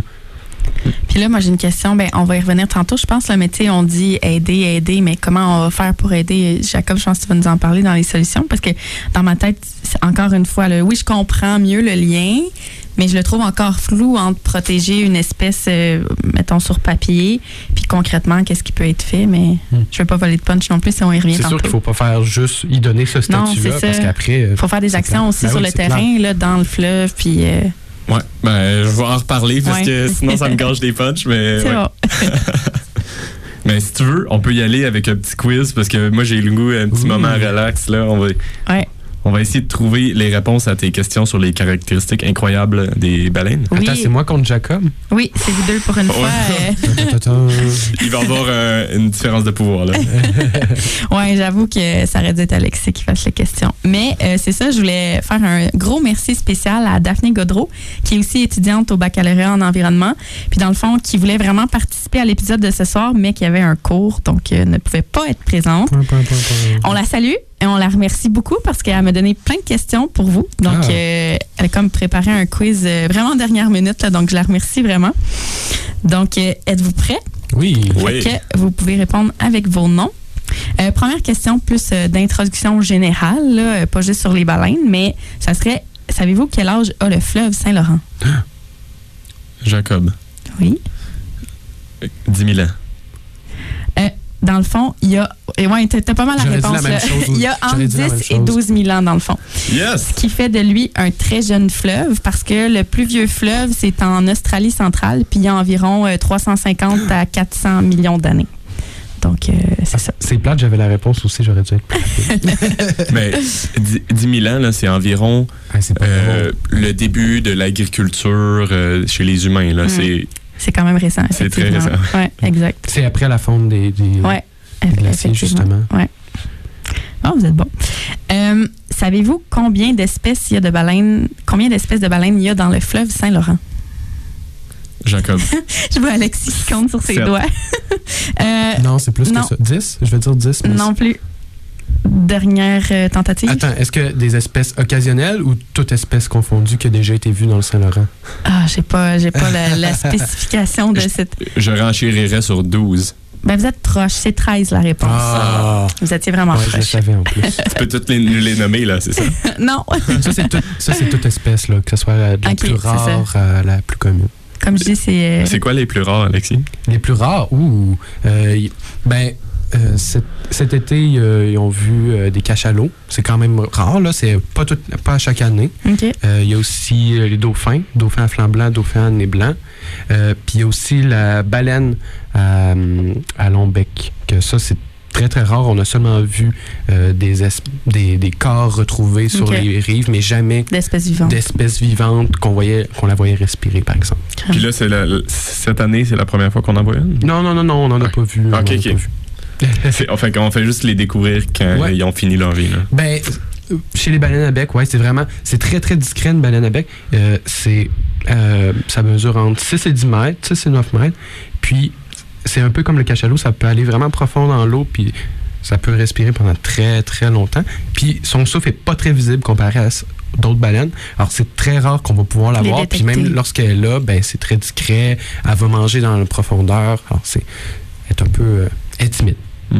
Puis là, moi, j'ai une question. Ben, on va y revenir tantôt, je pense. Là, mais tu sais, on dit aider, aider, mais comment on va faire pour aider? Jacob, je pense que tu vas nous en parler dans les solutions parce que dans ma tête, c'est encore une fois, là, oui, je comprends mieux le lien, mais je le trouve encore flou entre protéger une espèce, euh, mettons, sur papier, puis concrètement, qu'est-ce qui peut être fait, mais Hmm. je ne veux pas voler de punch non plus si on y revient C'est tantôt. sûr qu'il ne faut pas faire juste y donner ce Non, statut-là c'est ça. parce qu'après... Il faut faire des c'est actions clair. aussi Ben sur oui, le c'est terrain, là, dans le fleuve, puis... euh, Ouais, ben, je vais en reparler parce Ouais. que sinon ça me gâche des punchs, mais. c'est ouais. bon. Mais si tu veux, on peut y aller avec un petit quiz parce que moi j'ai le goût un petit Ouh. moment relax là. On va, Ouais. on va essayer de trouver les réponses à tes questions sur les caractéristiques incroyables des baleines. Oui. Attends, c'est moi contre Jacob? Oui, c'est vous deux pour une fois. euh, Attends. Il va y avoir euh, une différence de pouvoir là. Oui, j'avoue que ça aurait dû être Alexis qui fasse les questions. Mais euh, c'est ça, je voulais faire un gros merci spécial à Daphné Gaudreau, qui est aussi étudiante au baccalauréat en environnement, puis dans le fond, qui voulait vraiment participer à l'épisode de ce soir, mais qui avait un cours, donc euh, ne pouvait pas être présente. On la salue et on la remercie beaucoup parce qu'elle m'a donné plein de questions pour vous. Donc, Ah. euh, elle a comme préparé un quiz euh, vraiment dernière minute, là, donc je la remercie vraiment. Donc, euh, êtes-vous prêts? Oui. Oui. Fait que vous pouvez répondre avec vos noms. Euh, première question, plus euh, d'introduction générale, là, euh, pas juste sur les baleines, mais ça serait, savez-vous quel âge a le fleuve Saint-Laurent? Jacob, Oui. dix mille ans. Euh, dans le fond, il y a... Et ouais, t'as, t'as pas mal la J'aurais dit réponse. la même là. chose, Il y a entre j'aurais dit la même dix et chose. douze mille ans, dans le fond. Yes! Ce qui fait de lui un très jeune fleuve parce que le plus vieux fleuve, c'est en Australie centrale, puis il y a environ euh, trois cent cinquante à quatre cents millions d'années. Donc, euh, c'est ça. C'est plate, j'avais la réponse aussi, j'aurais dû être plus rapide. Mais dix mille ans, là, c'est environ Ah, c'est pas euh, bon. le début de l'agriculture euh, chez les humains. Là. Mm. C'est, C'est quand même récent, C'est très effectivement. récent. Ouais, exact. C'est après la fonte des, des, Ouais. des glaciers, effectivement. justement. Ouais. Oh, vous êtes bon. Euh, savez-vous combien d'espèces il y a de baleines, combien d'espèces de baleines il y a dans le fleuve Saint-Laurent? Jacob. Je vois Alexis qui compte sur ses Sept. doigts. euh, Non, c'est plus non. que ça. dix? Je vais dire dix. Mais non plus. Dernière euh, tentative. Attends, est-ce que des espèces occasionnelles ou toute espèce confondue qui a déjà été vue dans le Saint-Laurent? Ah, j'ai pas, j'ai pas la, la spécification de cette. Je renchérirais sur douze. Ben, vous êtes proche. C'est treize la réponse. Ah! Vous étiez vraiment Ouais, je le proche. savais en plus. Tu peux toutes les, nous les nommer, là, c'est ça? Non. ça, c'est tout- ça, c'est toute espèce, là, que ce soit la, de la Ok, plus c'est ça. rare à la plus commune. Comme je dis, c'est. euh, C'est quoi les plus rares, Alexis? Les plus rares, ouh, euh, y- ben, euh, cet, cet été, euh, ils ont vu euh, des cachalots. C'est quand même rare, là. C'est pas, tout, pas à chaque année. OK. Euh, Il y a aussi euh, les dauphins, dauphins à flanc blanc, dauphins à nez blanc. Euh, Puis il y a aussi la baleine à, à long bec. Que ça, c'est très, très rare. On a seulement vu euh, des, es- des, des corps retrouvés sur Ok. les rives, mais jamais D'espèces vivantes. d'espèces vivantes qu'on voyait, qu'on la voyait respirer, par exemple. Puis là, c'est la- cette année, c'est la première fois qu'on en voit une? Non, non, non, non, on n'en a pas vu. on Ok, en a ok. pas vu. C'est- Enfin, on fait juste les découvrir quand Ouais. ils ont fini leur vie. Là. Ben, euh, chez les baleines à bec, ouais, c'est vraiment, c'est très, très discret, une baleine à bec. Euh, c'est, euh, ça mesure entre six et dix mètres, six et neuf mètres. Puis, c'est un peu comme le cachalot, ça peut aller vraiment profond dans l'eau, puis ça peut respirer pendant très, très longtemps. Puis, son souffle est pas très visible comparé à s- d'autres baleines. Alors, c'est très rare qu'on va pouvoir la Les voir. Puis, détecter. même lorsqu'elle est là, ben, c'est très discret. Elle va manger dans la profondeur. Alors, c'est, elle est un peu euh, intimide.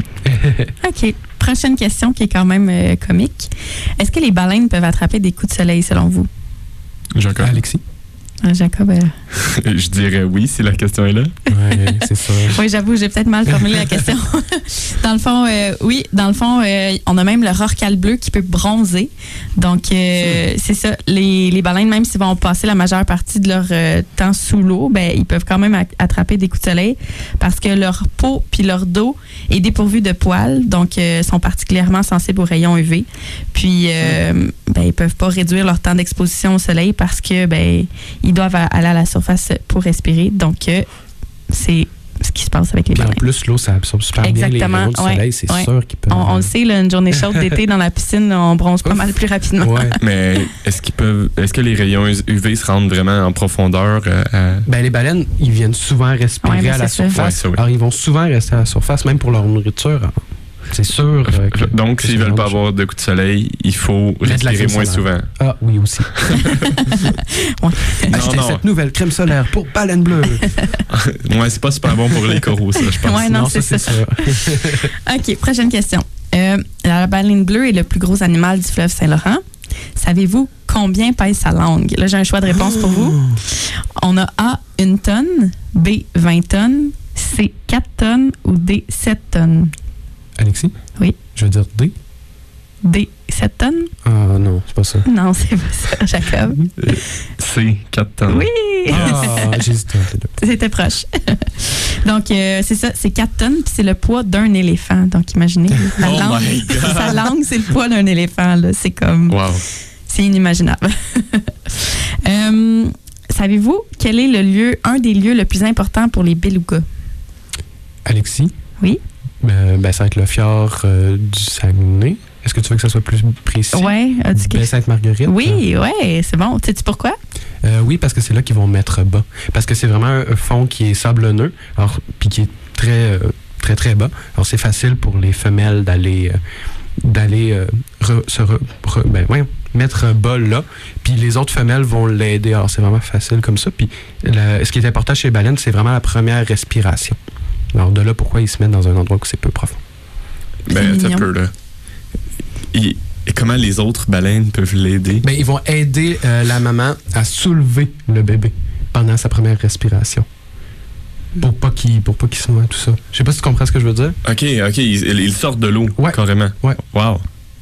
OK. Prochaine question qui est quand même euh, comique. Est-ce que les baleines peuvent attraper des coups de soleil selon vous? Jacob? Alexis? Euh, Jacob, euh, Je dirais oui si la question est là. Ouais, c'est ça. oui, j'avoue, j'ai peut-être mal formulé la question. Dans le fond, euh, oui, dans le fond, euh, on a même le rorqual bleu qui peut bronzer. Donc, euh, c'est ça. Les, les baleines, même s'ils vont passer la majeure partie de leur euh, temps sous l'eau, ben, ils peuvent quand même a- attraper des coups de soleil parce que leur peau puis leur dos est dépourvu de poils, donc euh, sont particulièrement sensibles aux rayons U V. Puis, euh, ben, ils peuvent pas réduire leur temps d'exposition au soleil parce que ben, ils doivent a- aller à la surface pour respirer. Donc, euh, c'est ce qui se passe avec les Puis en baleines. plus, l'eau, ça absorbe super bien les Exactement, rayons du ouais, soleil. C'est ouais. sûr qu'ils peuvent... On, on le sait, là, une journée chaude d'été dans la piscine, on bronze pas Ouf. mal plus rapidement. Ouais. Mais est-ce qu'ils peuvent. Est-ce que les rayons U V se rendent vraiment en profondeur? euh, à- Ben, les baleines, ils viennent souvent respirer Ouais, mais à la c'est ça. surface. Ouais, ça, oui. Alors, ils vont souvent rester à la surface, même pour leur nourriture. Alors, c'est sûr. euh, que- Donc, que s'ils c'est veulent pas vraiment- avoir de coups de soleil, il faut Mettre de la respirer crème moins solaire. souvent. Ah, oui, aussi. Non, Achetez non. cette nouvelle crème solaire pour baleine bleue. Ouais, c'est pas super bon pour les coraux, ça, je pense. Ouais, non, c'est ça. OK, prochaine question. Euh, la baleine bleue est le plus gros animal du fleuve Saint-Laurent. Savez-vous combien pèse sa langue? Là, j'ai un choix de réponse pour vous. On a A, une tonne, B, vingt tonnes, C, quatre tonnes ou D, sept tonnes. Alexis? Oui. Je veux dire D? D, sept tonnes? Ah, non, c'est pas ça. Non, c'est pas ça, Jacob. C'est quatre tonnes. Oui! Ah, j'hésite entre les deux. C'était proche. Donc, euh, c'est ça, c'est quatre tonnes, puis c'est le poids d'un éléphant. Donc, imaginez, sa, Oh langue, my God. sa langue, c'est le poids d'un éléphant. Là. C'est comme, Wow. c'est inimaginable. Euh, savez-vous quel est le lieu, un des lieux le plus important pour les belugas? Alexis? Oui. Euh, ben, ça va être le fjord euh, du Saguenay. Est-ce que tu veux que ça soit plus précis? Ouais, as-tu quelque- Baie Sainte-Marguerite? Oui, ouais, c'est bon. Sais-tu pourquoi? Euh, oui, parce que c'est là qu'ils vont mettre bas. Parce que c'est vraiment un fond qui est sablonneux, alors puis qui est très, euh, très, très bas. Alors, c'est facile pour les femelles d'aller euh, d'aller euh, re- se re- re- ben, voyons, mettre bas là. Puis les autres femelles vont l'aider. Alors, c'est vraiment facile comme ça. Puis la- ce qui est important chez les baleines, c'est vraiment la première respiration. Alors, de là, pourquoi ils se mettent dans un endroit où c'est peu profond. Ben, C'est attends un mignon. peu, là. Et, et comment les autres baleines peuvent l'aider? Ben, ils vont aider euh, la maman à soulever le bébé pendant sa première respiration. Pour pas qu'il pour pas qu'il se noie, tout ça. Je sais pas si tu comprends ce que je veux dire. OK, OK, ils, ils sortent de l'eau, Ouais. carrément. Ouais. Wow.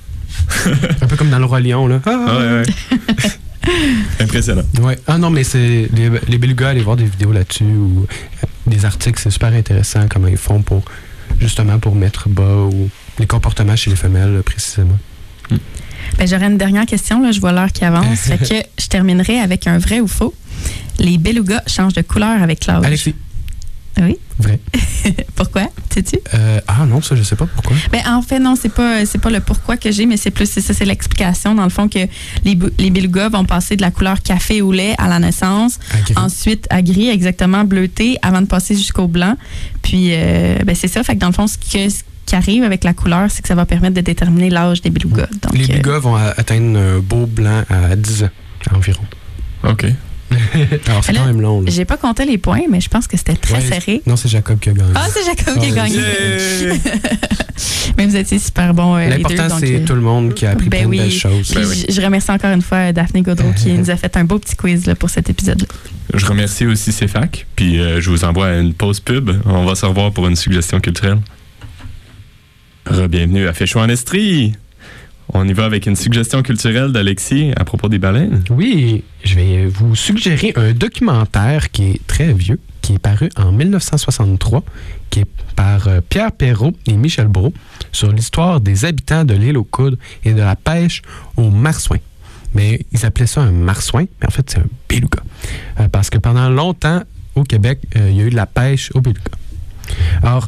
Un peu comme dans le Roi Lion, là. Ah, Ah, ouais, ouais. Impressionnant. ouais. Ah non, mais c'est les, les belugas, allez voir des vidéos là-dessus ou euh, des articles, c'est super intéressant comment ils font pour justement pour mettre bas ou les comportements chez les femelles, là, précisément. Ben, j'aurais une dernière question. Là, je vois l'heure qui avance. Fait que je terminerai avec un vrai ou faux. Les belugas changent de couleur avec l'âge. Alexis. Oui. Vrai. Pourquoi? Sais-tu? Euh, ah non, ça, je sais pas pourquoi. Ben, en fait, non, c'est pas, c'est pas le pourquoi que j'ai, mais c'est plus, c'est ça, c'est l'explication. Dans le fond, que les, bou- les belugas vont passer de la couleur café au lait à la naissance, À gris. ensuite à gris, exactement, bleuté, avant de passer jusqu'au blanc. Puis, euh, ben, c'est ça. Fait que dans le fond, ce, que, ce qui arrive avec la couleur, c'est que ça va permettre de déterminer l'âge des belugas. Donc, Les euh, belugas vont a- atteindre un beau blanc à dix ans environ. OK. Alors, c'est Là, quand même long. là. j'ai pas compté les points, mais je pense que c'était très Ouais, serré. Non, c'est Jacob qui a gagné. Ah, c'est Jacob qui a Oh, gagné. Yeah! Mais vous étiez super bons, euh, les deux. L'important, donc, c'est euh, tout le monde qui a appris ben plein oui. de belles choses. Puis Ben oui. je, je remercie encore une fois Daphné Gaudreau qui nous a fait un beau petit quiz là, pour cet épisode-là. Je remercie aussi C F A C, puis euh, je vous envoie à une pause pub. On va se revoir pour une suggestion culturelle. Re-bienvenue à Fait chaud en Estrie. On y va avec une suggestion culturelle d'Alexis à propos des baleines. Oui, je vais vous suggérer un documentaire qui est très vieux, qui est paru en dix-neuf cent soixante-trois, qui est par euh, Pierre Perrault et Michel Brault, sur l'histoire des habitants de l'île aux Coudres et de la pêche au marsouin. Mais ils appelaient ça un marsouin, mais en fait, c'est un beluga. Euh, parce que pendant longtemps, au Québec, euh, il y a eu de la pêche au beluga. Alors,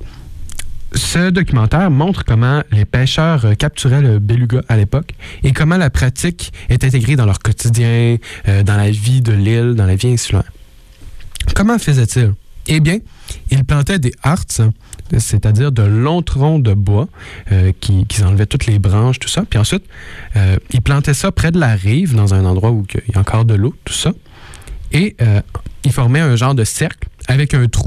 ce documentaire montre comment les pêcheurs euh, capturaient le beluga à l'époque et comment la pratique est intégrée dans leur quotidien, euh, dans la vie de l'île, dans la vie insulaire. Comment faisaient-ils? Eh bien, ils plantaient des hearts, c'est-à-dire de longs troncs de bois euh, qui, qui enlevaient toutes les branches, tout ça. Puis ensuite, euh, ils plantaient ça près de la rive, dans un endroit où il y a encore de l'eau, tout ça. Et euh, ils formaient un genre de cercle avec un trou.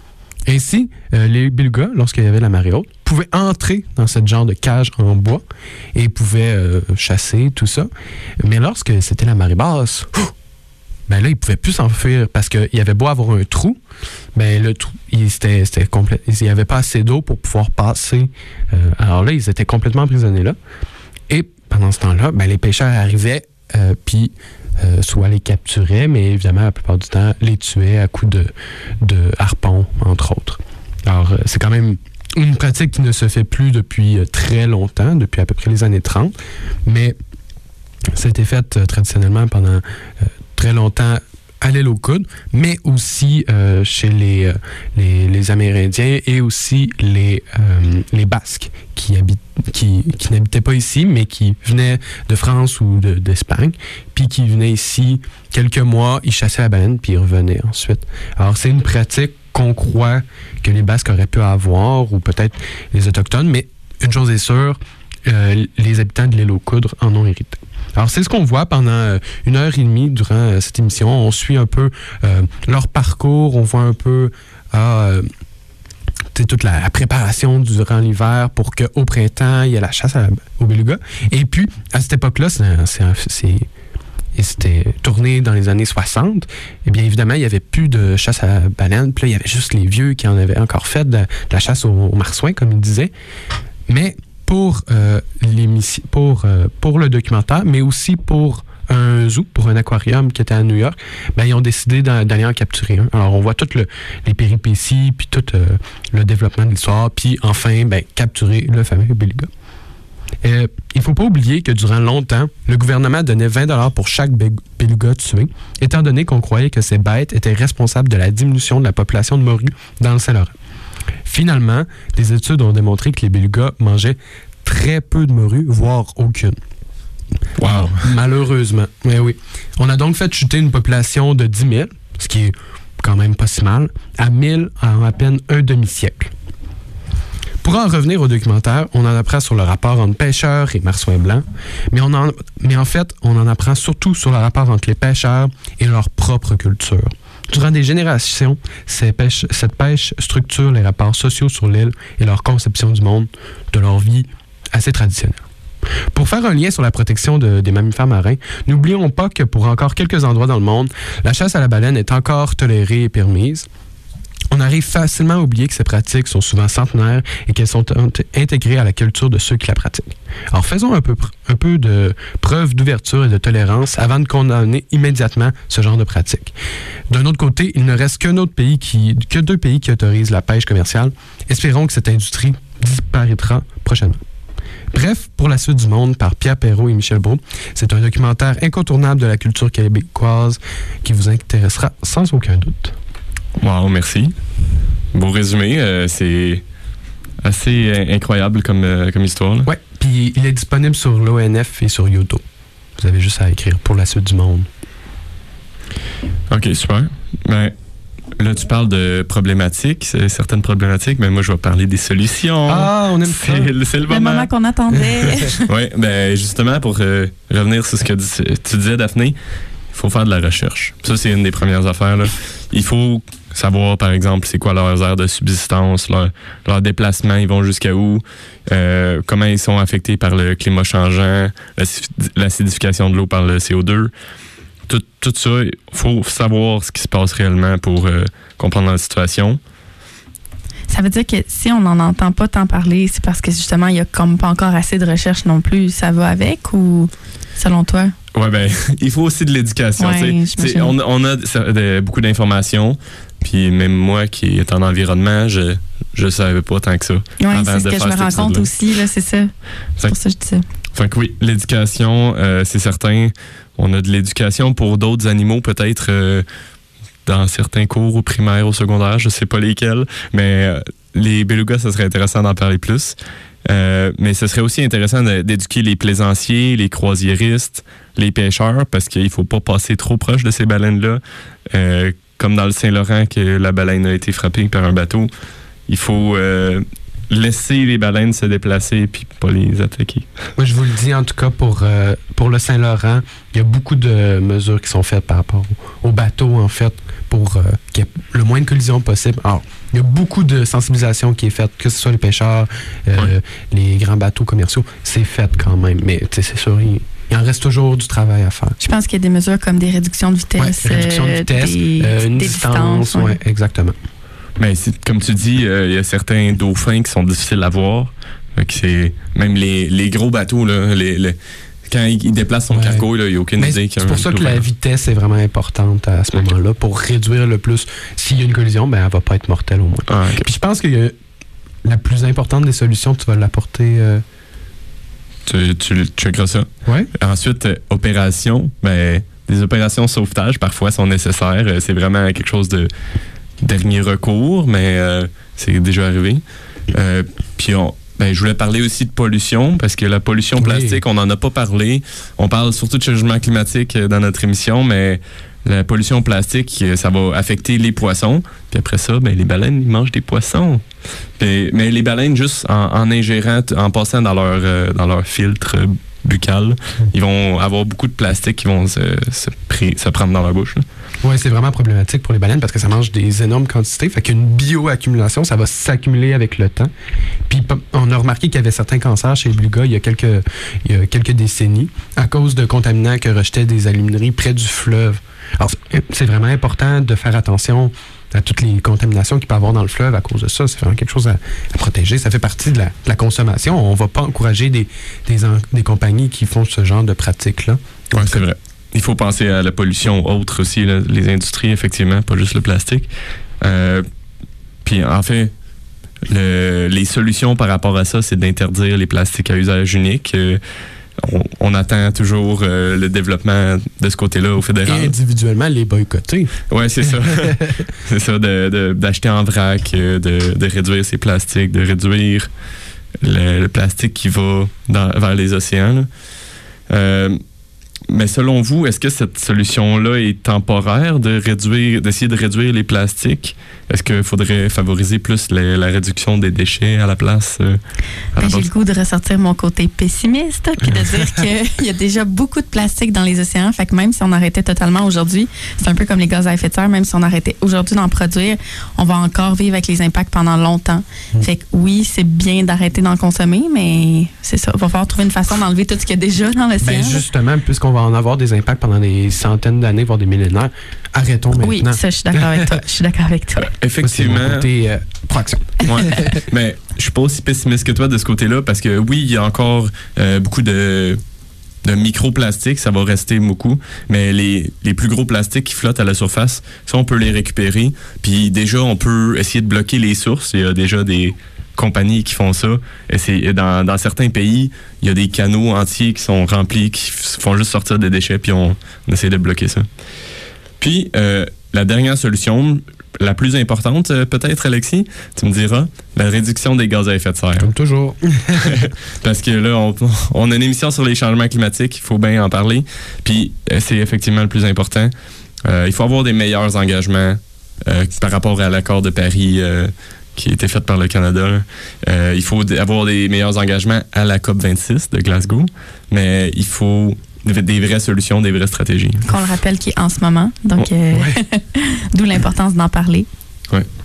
Ainsi, euh, les belugas, lorsqu'il y avait la marée haute, pouvaient entrer dans ce genre de cage en bois et pouvaient euh, chasser, tout ça. Mais lorsque c'était la marée basse, oh, ben là, ils ne pouvaient plus s'enfuir parce qu'il y avait beau avoir un trou, ben le trou, il, c'était, c'était complet, il n'y avait pas assez d'eau pour pouvoir passer. Euh, alors là, ils étaient complètement emprisonnés là. Et pendant ce temps-là, ben, les pêcheurs arrivaient, euh, puis Euh, soit les capturaient, mais évidemment, la plupart du temps, les tuaient à coups de, de harpons, entre autres. Alors, euh, c'est quand même une pratique qui ne se fait plus depuis euh, très longtemps, depuis à peu près les années trente, mais ça a été fait euh, traditionnellement pendant euh, très longtemps à l'île aux Coudres, mais aussi euh, chez les, euh, les, les Amérindiens et aussi les, euh, les Basques qui, habitent, qui, qui n'habitaient pas ici, mais qui venaient de France ou de, d'Espagne, puis qui venaient ici quelques mois, ils chassaient la baleine, puis ils revenaient ensuite. Alors, c'est une pratique qu'on croit que les Basques auraient pu avoir, ou peut-être les Autochtones, mais une chose est sûre, euh, les habitants de l'île aux Coudres en ont hérité. Alors, c'est ce qu'on voit pendant une heure et demie durant euh, cette émission. On suit un peu euh, leur parcours, on voit un peu euh, toute la, la préparation durant l'hiver pour qu'au printemps, il y ait la chasse à la, au beluga. Et puis, à cette époque-là, c'est, c'est, c'est, c'était tourné dans les années soixante. Et bien évidemment, il n'y avait plus de chasse à la baleine. Puis là, il y avait juste les vieux qui en avaient encore fait de, de la chasse au, au marsouin, comme ils disaient. Mais pour, euh, l'émission, pour, euh, pour le documentaire, mais aussi pour un zoo, pour un aquarium qui était à New York, ben, ils ont décidé d'aller en capturer un. Alors, on voit toutes le, les péripéties, puis tout euh, le développement de l'histoire, puis enfin, ben, capturer le fameux beluga. Euh, il ne faut pas oublier que durant longtemps, le gouvernement donnait vingt dollars pour chaque beluga tué, étant donné qu'on croyait que ces bêtes étaient responsables de la diminution de la population de morues dans le Saint-Laurent. Finalement, des études ont démontré que les belugas mangeaient très peu de morues, voire aucune. Wow! Malheureusement. Mais oui. On a donc fait chuter une population de dix mille, ce qui est quand même pas si mal, à mille en à peine un demi-siècle. Pour en revenir au documentaire, on en apprend sur le rapport entre pêcheurs et marsouins blancs, mais, on en, mais en fait, on en apprend surtout sur le rapport entre les pêcheurs et leur propre culture. Durant des générations, ces pêches, cette pêche structure les rapports sociaux sur l'île et leur conception du monde, de leur vie assez traditionnelle. Pour faire un lien sur la protection de, des mammifères marins, n'oublions pas que pour encore quelques endroits dans le monde, la chasse à la baleine est encore tolérée et permise. On arrive facilement à oublier que ces pratiques sont souvent centenaires et qu'elles sont intégrées à la culture de ceux qui la pratiquent. Alors faisons un peu, un peu de preuve d'ouverture et de tolérance avant de condamner immédiatement ce genre de pratique. D'un autre côté, il ne reste qu'un autre pays qui, que deux pays qui autorisent la pêche commerciale. Espérons que cette industrie disparaîtra prochainement. Bref, pour la suite du monde, par Pierre Perrault et Michel Brault, c'est un documentaire incontournable de la culture québécoise qui vous intéressera sans aucun doute. Wow, merci. Beau résumé. Euh, c'est assez incroyable comme, euh, comme histoire. Oui, puis il est disponible sur l'O N F et sur YouTube. Vous avez juste à écrire pour la suite du monde. OK, super. Ben, là, tu parles de problématiques, certaines problématiques, mais moi, je vais parler des solutions. Ah, on aime ça. C'est, c'est le, le moment. moment qu'on attendait. Oui, ben justement, pour euh, revenir sur ce que tu disais, Daphné, il faut faire de la recherche. Ça, c'est une des premières affaires, là. Il faut savoir, par exemple, c'est quoi leurs aires de subsistance, leur, leur déplacement, ils vont jusqu'à où, euh, comment ils sont affectés par le climat changeant, l'acidification de l'eau par le C O deux. Tout, tout ça, il faut savoir ce qui se passe réellement pour euh, comprendre la situation. Ça veut dire que si on n'en entend pas tant parler, c'est parce que justement, il n'y a comme pas encore assez de recherche non plus. Ça va avec ou selon toi? Ouais, ben, il faut aussi de l'éducation. Ouais, t'sais. T'sais, on, on a de, beaucoup d'informations, puis même moi qui est en environnement, je je savais pas tant que ça. Oui, c'est ce que je me rends compte aussi, là, c'est ça. C'est pour ça que je dis ça. Fait que oui, l'éducation, euh, c'est certain. On a de l'éducation pour d'autres animaux, peut-être euh, dans certains cours au primaire, au secondaire, je sais pas lesquels, mais euh, les belugas, ça serait intéressant d'en parler plus. Euh, mais ce serait aussi intéressant de, d'éduquer les plaisanciers, les croisiéristes, les pêcheurs, parce qu'il faut pas passer trop proche de ces baleines-là. Euh, comme dans le Saint-Laurent, que la baleine a été frappée par un bateau, il faut euh, laisser les baleines se déplacer puis pas les attaquer. Moi, je vous le dis, en tout cas, pour, euh, pour le Saint-Laurent, il y a beaucoup de mesures qui sont faites par rapport au, au bateau, en fait, pour euh, qu'il y ait le moins de collisions possible. Alors, il y a beaucoup de sensibilisation qui est faite, que ce soit les pêcheurs, euh, ouais. les grands bateaux commerciaux, c'est fait quand même. Mais c'est sûr, il, il en reste toujours du travail à faire. Je pense qu'il y a des mesures comme des réductions de vitesse. Ouais, réduction de vitesse, des, euh, une des distance, distances. Ouais. Ouais, exactement. Mais c'est, comme tu dis, il euh, y a certains dauphins qui sont difficiles à voir. Fait que c'est, même les, les gros bateaux, là, les, les, quand il déplace son ouais. cargo, il n'y a aucune Mais idée qu'il y a c'est pour ça que la vitesse est vraiment importante à ce okay. moment-là, pour réduire le plus. S'il y a une collision, ben, elle ne va pas être mortelle au moins. Ah, okay. Puis je pense que y a la plus importante des solutions, tu vas l'apporter... Euh... Tu, tu checkeras ça. Ouais. Ensuite, euh, opération. Ben, des opérations de sauvetage, parfois, sont nécessaires. C'est vraiment quelque chose de dernier recours, mais euh, c'est déjà arrivé. Euh, puis on... Ben, je voulais parler aussi de pollution, parce que la pollution plastique, oui. on n'en a pas parlé. On parle surtout de changement climatique dans notre émission, mais la pollution plastique, ça va affecter les poissons. Puis après ça, ben, les baleines, ils mangent des poissons. Puis, mais les baleines, juste en, en ingérant, en passant dans leur, euh, dans leur filtre buccal, ils vont avoir beaucoup de plastique qui vont se, se, pré, se prendre dans leur bouche. Oui, c'est vraiment problématique pour les baleines parce que ça mange des énormes quantités. Fait qu'il y a une bioaccumulation, ça va s'accumuler avec le temps. Puis on a remarqué qu'il y avait certains cancers chez les belugas il y a quelques, il y a quelques décennies à cause de contaminants que rejetaient des alumineries près du fleuve. Alors, c'est vraiment important de faire attention à toutes les contaminations qu'il peut y avoir dans le fleuve à cause de ça. C'est vraiment quelque chose à, à protéger. Ça fait partie de la, de la consommation. On ne va pas encourager des, des, en, des compagnies qui font ce genre de pratiques-là. Oui, c'est vrai. Il faut penser à la pollution autre aussi, là, les industries, effectivement, pas juste le plastique. Euh, puis, en fait, le, les solutions par rapport à ça, c'est d'interdire les plastiques à usage unique. Euh, on, on attend toujours euh, le développement de ce côté-là au fédéral. Et individuellement, les boycotter. Oui, c'est ça. c'est ça, de, de, d'acheter en vrac, de, de réduire ces plastiques, de réduire le, le plastique qui va dans, vers les océans. Là. Euh, Mais selon vous, est-ce que cette solution-là est temporaire de réduire, d'essayer de réduire les plastiques? Est-ce qu'il faudrait favoriser plus la, la réduction des déchets à la place? Euh, à ben, la j'ai le goût de ressortir mon côté pessimiste puis de dire qu'il y a déjà beaucoup de plastique dans les océans. Fait que même si on arrêtait totalement aujourd'hui, c'est un peu comme les gaz à effet de serre, même si on arrêtait aujourd'hui d'en produire, on va encore vivre avec les impacts pendant longtemps. Mmh. Fait que oui, c'est bien d'arrêter d'en consommer, mais c'est ça. Il va falloir trouver une façon d'enlever tout ce qu'il y a déjà dans l'océan. Ben justement, puisqu'on va en avoir des impacts pendant des centaines d'années, voire des millénaires, arrêtons maintenant. Oui, ça, je suis d'accord avec toi. Je suis d'accord avec toi. Effectivement. C'est mon côté euh, proaction. Ouais. Mais je suis pas aussi pessimiste que toi de ce côté-là, parce que oui, il y a encore euh, beaucoup de, de microplastiques, ça va rester beaucoup, mais les, les plus gros plastiques qui flottent à la surface, ça, on peut les récupérer. Puis déjà, on peut essayer de bloquer les sources. Il y a déjà des compagnies qui font ça. Et c'est, dans, dans certains pays, il y a des canaux entiers qui sont remplis, qui font juste sortir des déchets, puis on, on essaie de bloquer ça. Puis, euh, la dernière solution, la plus importante, euh, peut-être, Alexis, tu me diras, la réduction des gaz à effet de serre. Comme toujours. Parce que là, on, on a une émission sur les changements climatiques, il faut bien en parler. Puis, euh, c'est effectivement le plus important. Euh, il faut avoir des meilleurs engagements euh, par rapport à l'accord de Paris euh, qui a été fait par le Canada. Euh, il faut avoir des meilleurs engagements à la C O P vingt-six de Glasgow, mais il faut des vraies solutions, des vraies stratégies. Qu'on le rappelle qui est en ce moment, donc oh, euh, ouais. d'où l'importance d'en parler. Oui.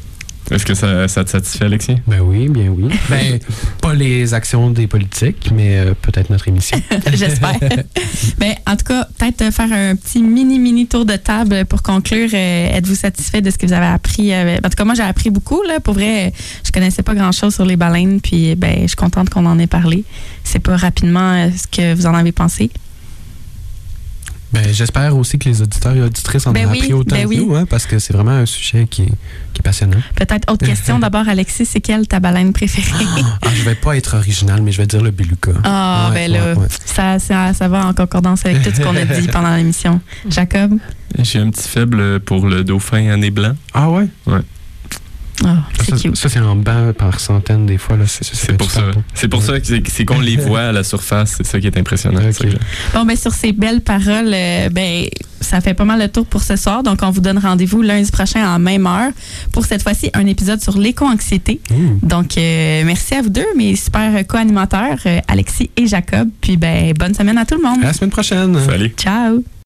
Est-ce que ça, ça te satisfait, Alexis? Ben oui, bien oui. Ben, pas les actions des politiques, mais euh, peut-être notre émission. J'espère. Ben, en tout cas, peut-être faire un petit mini-mini tour de table pour conclure. Euh, êtes-vous satisfait de ce que vous avez appris? Euh, en tout cas, moi, j'ai appris beaucoup. Là. Pour vrai, je connaissais pas grand-chose sur les baleines, puis ben, je suis contente qu'on en ait parlé. C'est pas rapidement euh, ce que vous en avez pensé. Ben, j'espère aussi que les auditeurs et auditrices en Ben ont oui, appris autant ben que oui. nous, hein, parce que c'est vraiment un sujet qui est, qui est passionnant. Peut-être autre question. D'abord, Alexis, c'est quelle ta baleine préférée? Ah, je vais pas être original, mais je vais dire le beluga. Ah, Ouais, ben là, ouais, ouais. Ça, ça, ça va en concordance avec tout ce qu'on a dit pendant l'émission. Jacob? J'ai un petit faible pour le dauphin à nez blanc. Ah ouais? Ouais. Ah, c'est Ça, cute. ça, c'est en banc par centaines des fois. Là. C'est, c'est, C'est pour ça. C'est pour ça que c'est, c'est qu'on les voit à la surface. C'est ça qui est impressionnant. Ok. Ça que- Bon, ben sur ces belles paroles, euh, ben ça fait pas mal le tour pour ce soir. Donc, on vous donne rendez-vous lundi prochain à la même heure pour cette fois-ci un épisode sur l'éco-anxiété. Mmh. Donc, euh, merci à vous deux, mes super co-animateurs, euh, Alexis et Jacob. Puis, ben bonne semaine à tout le monde. À la semaine prochaine. Salut. Ciao!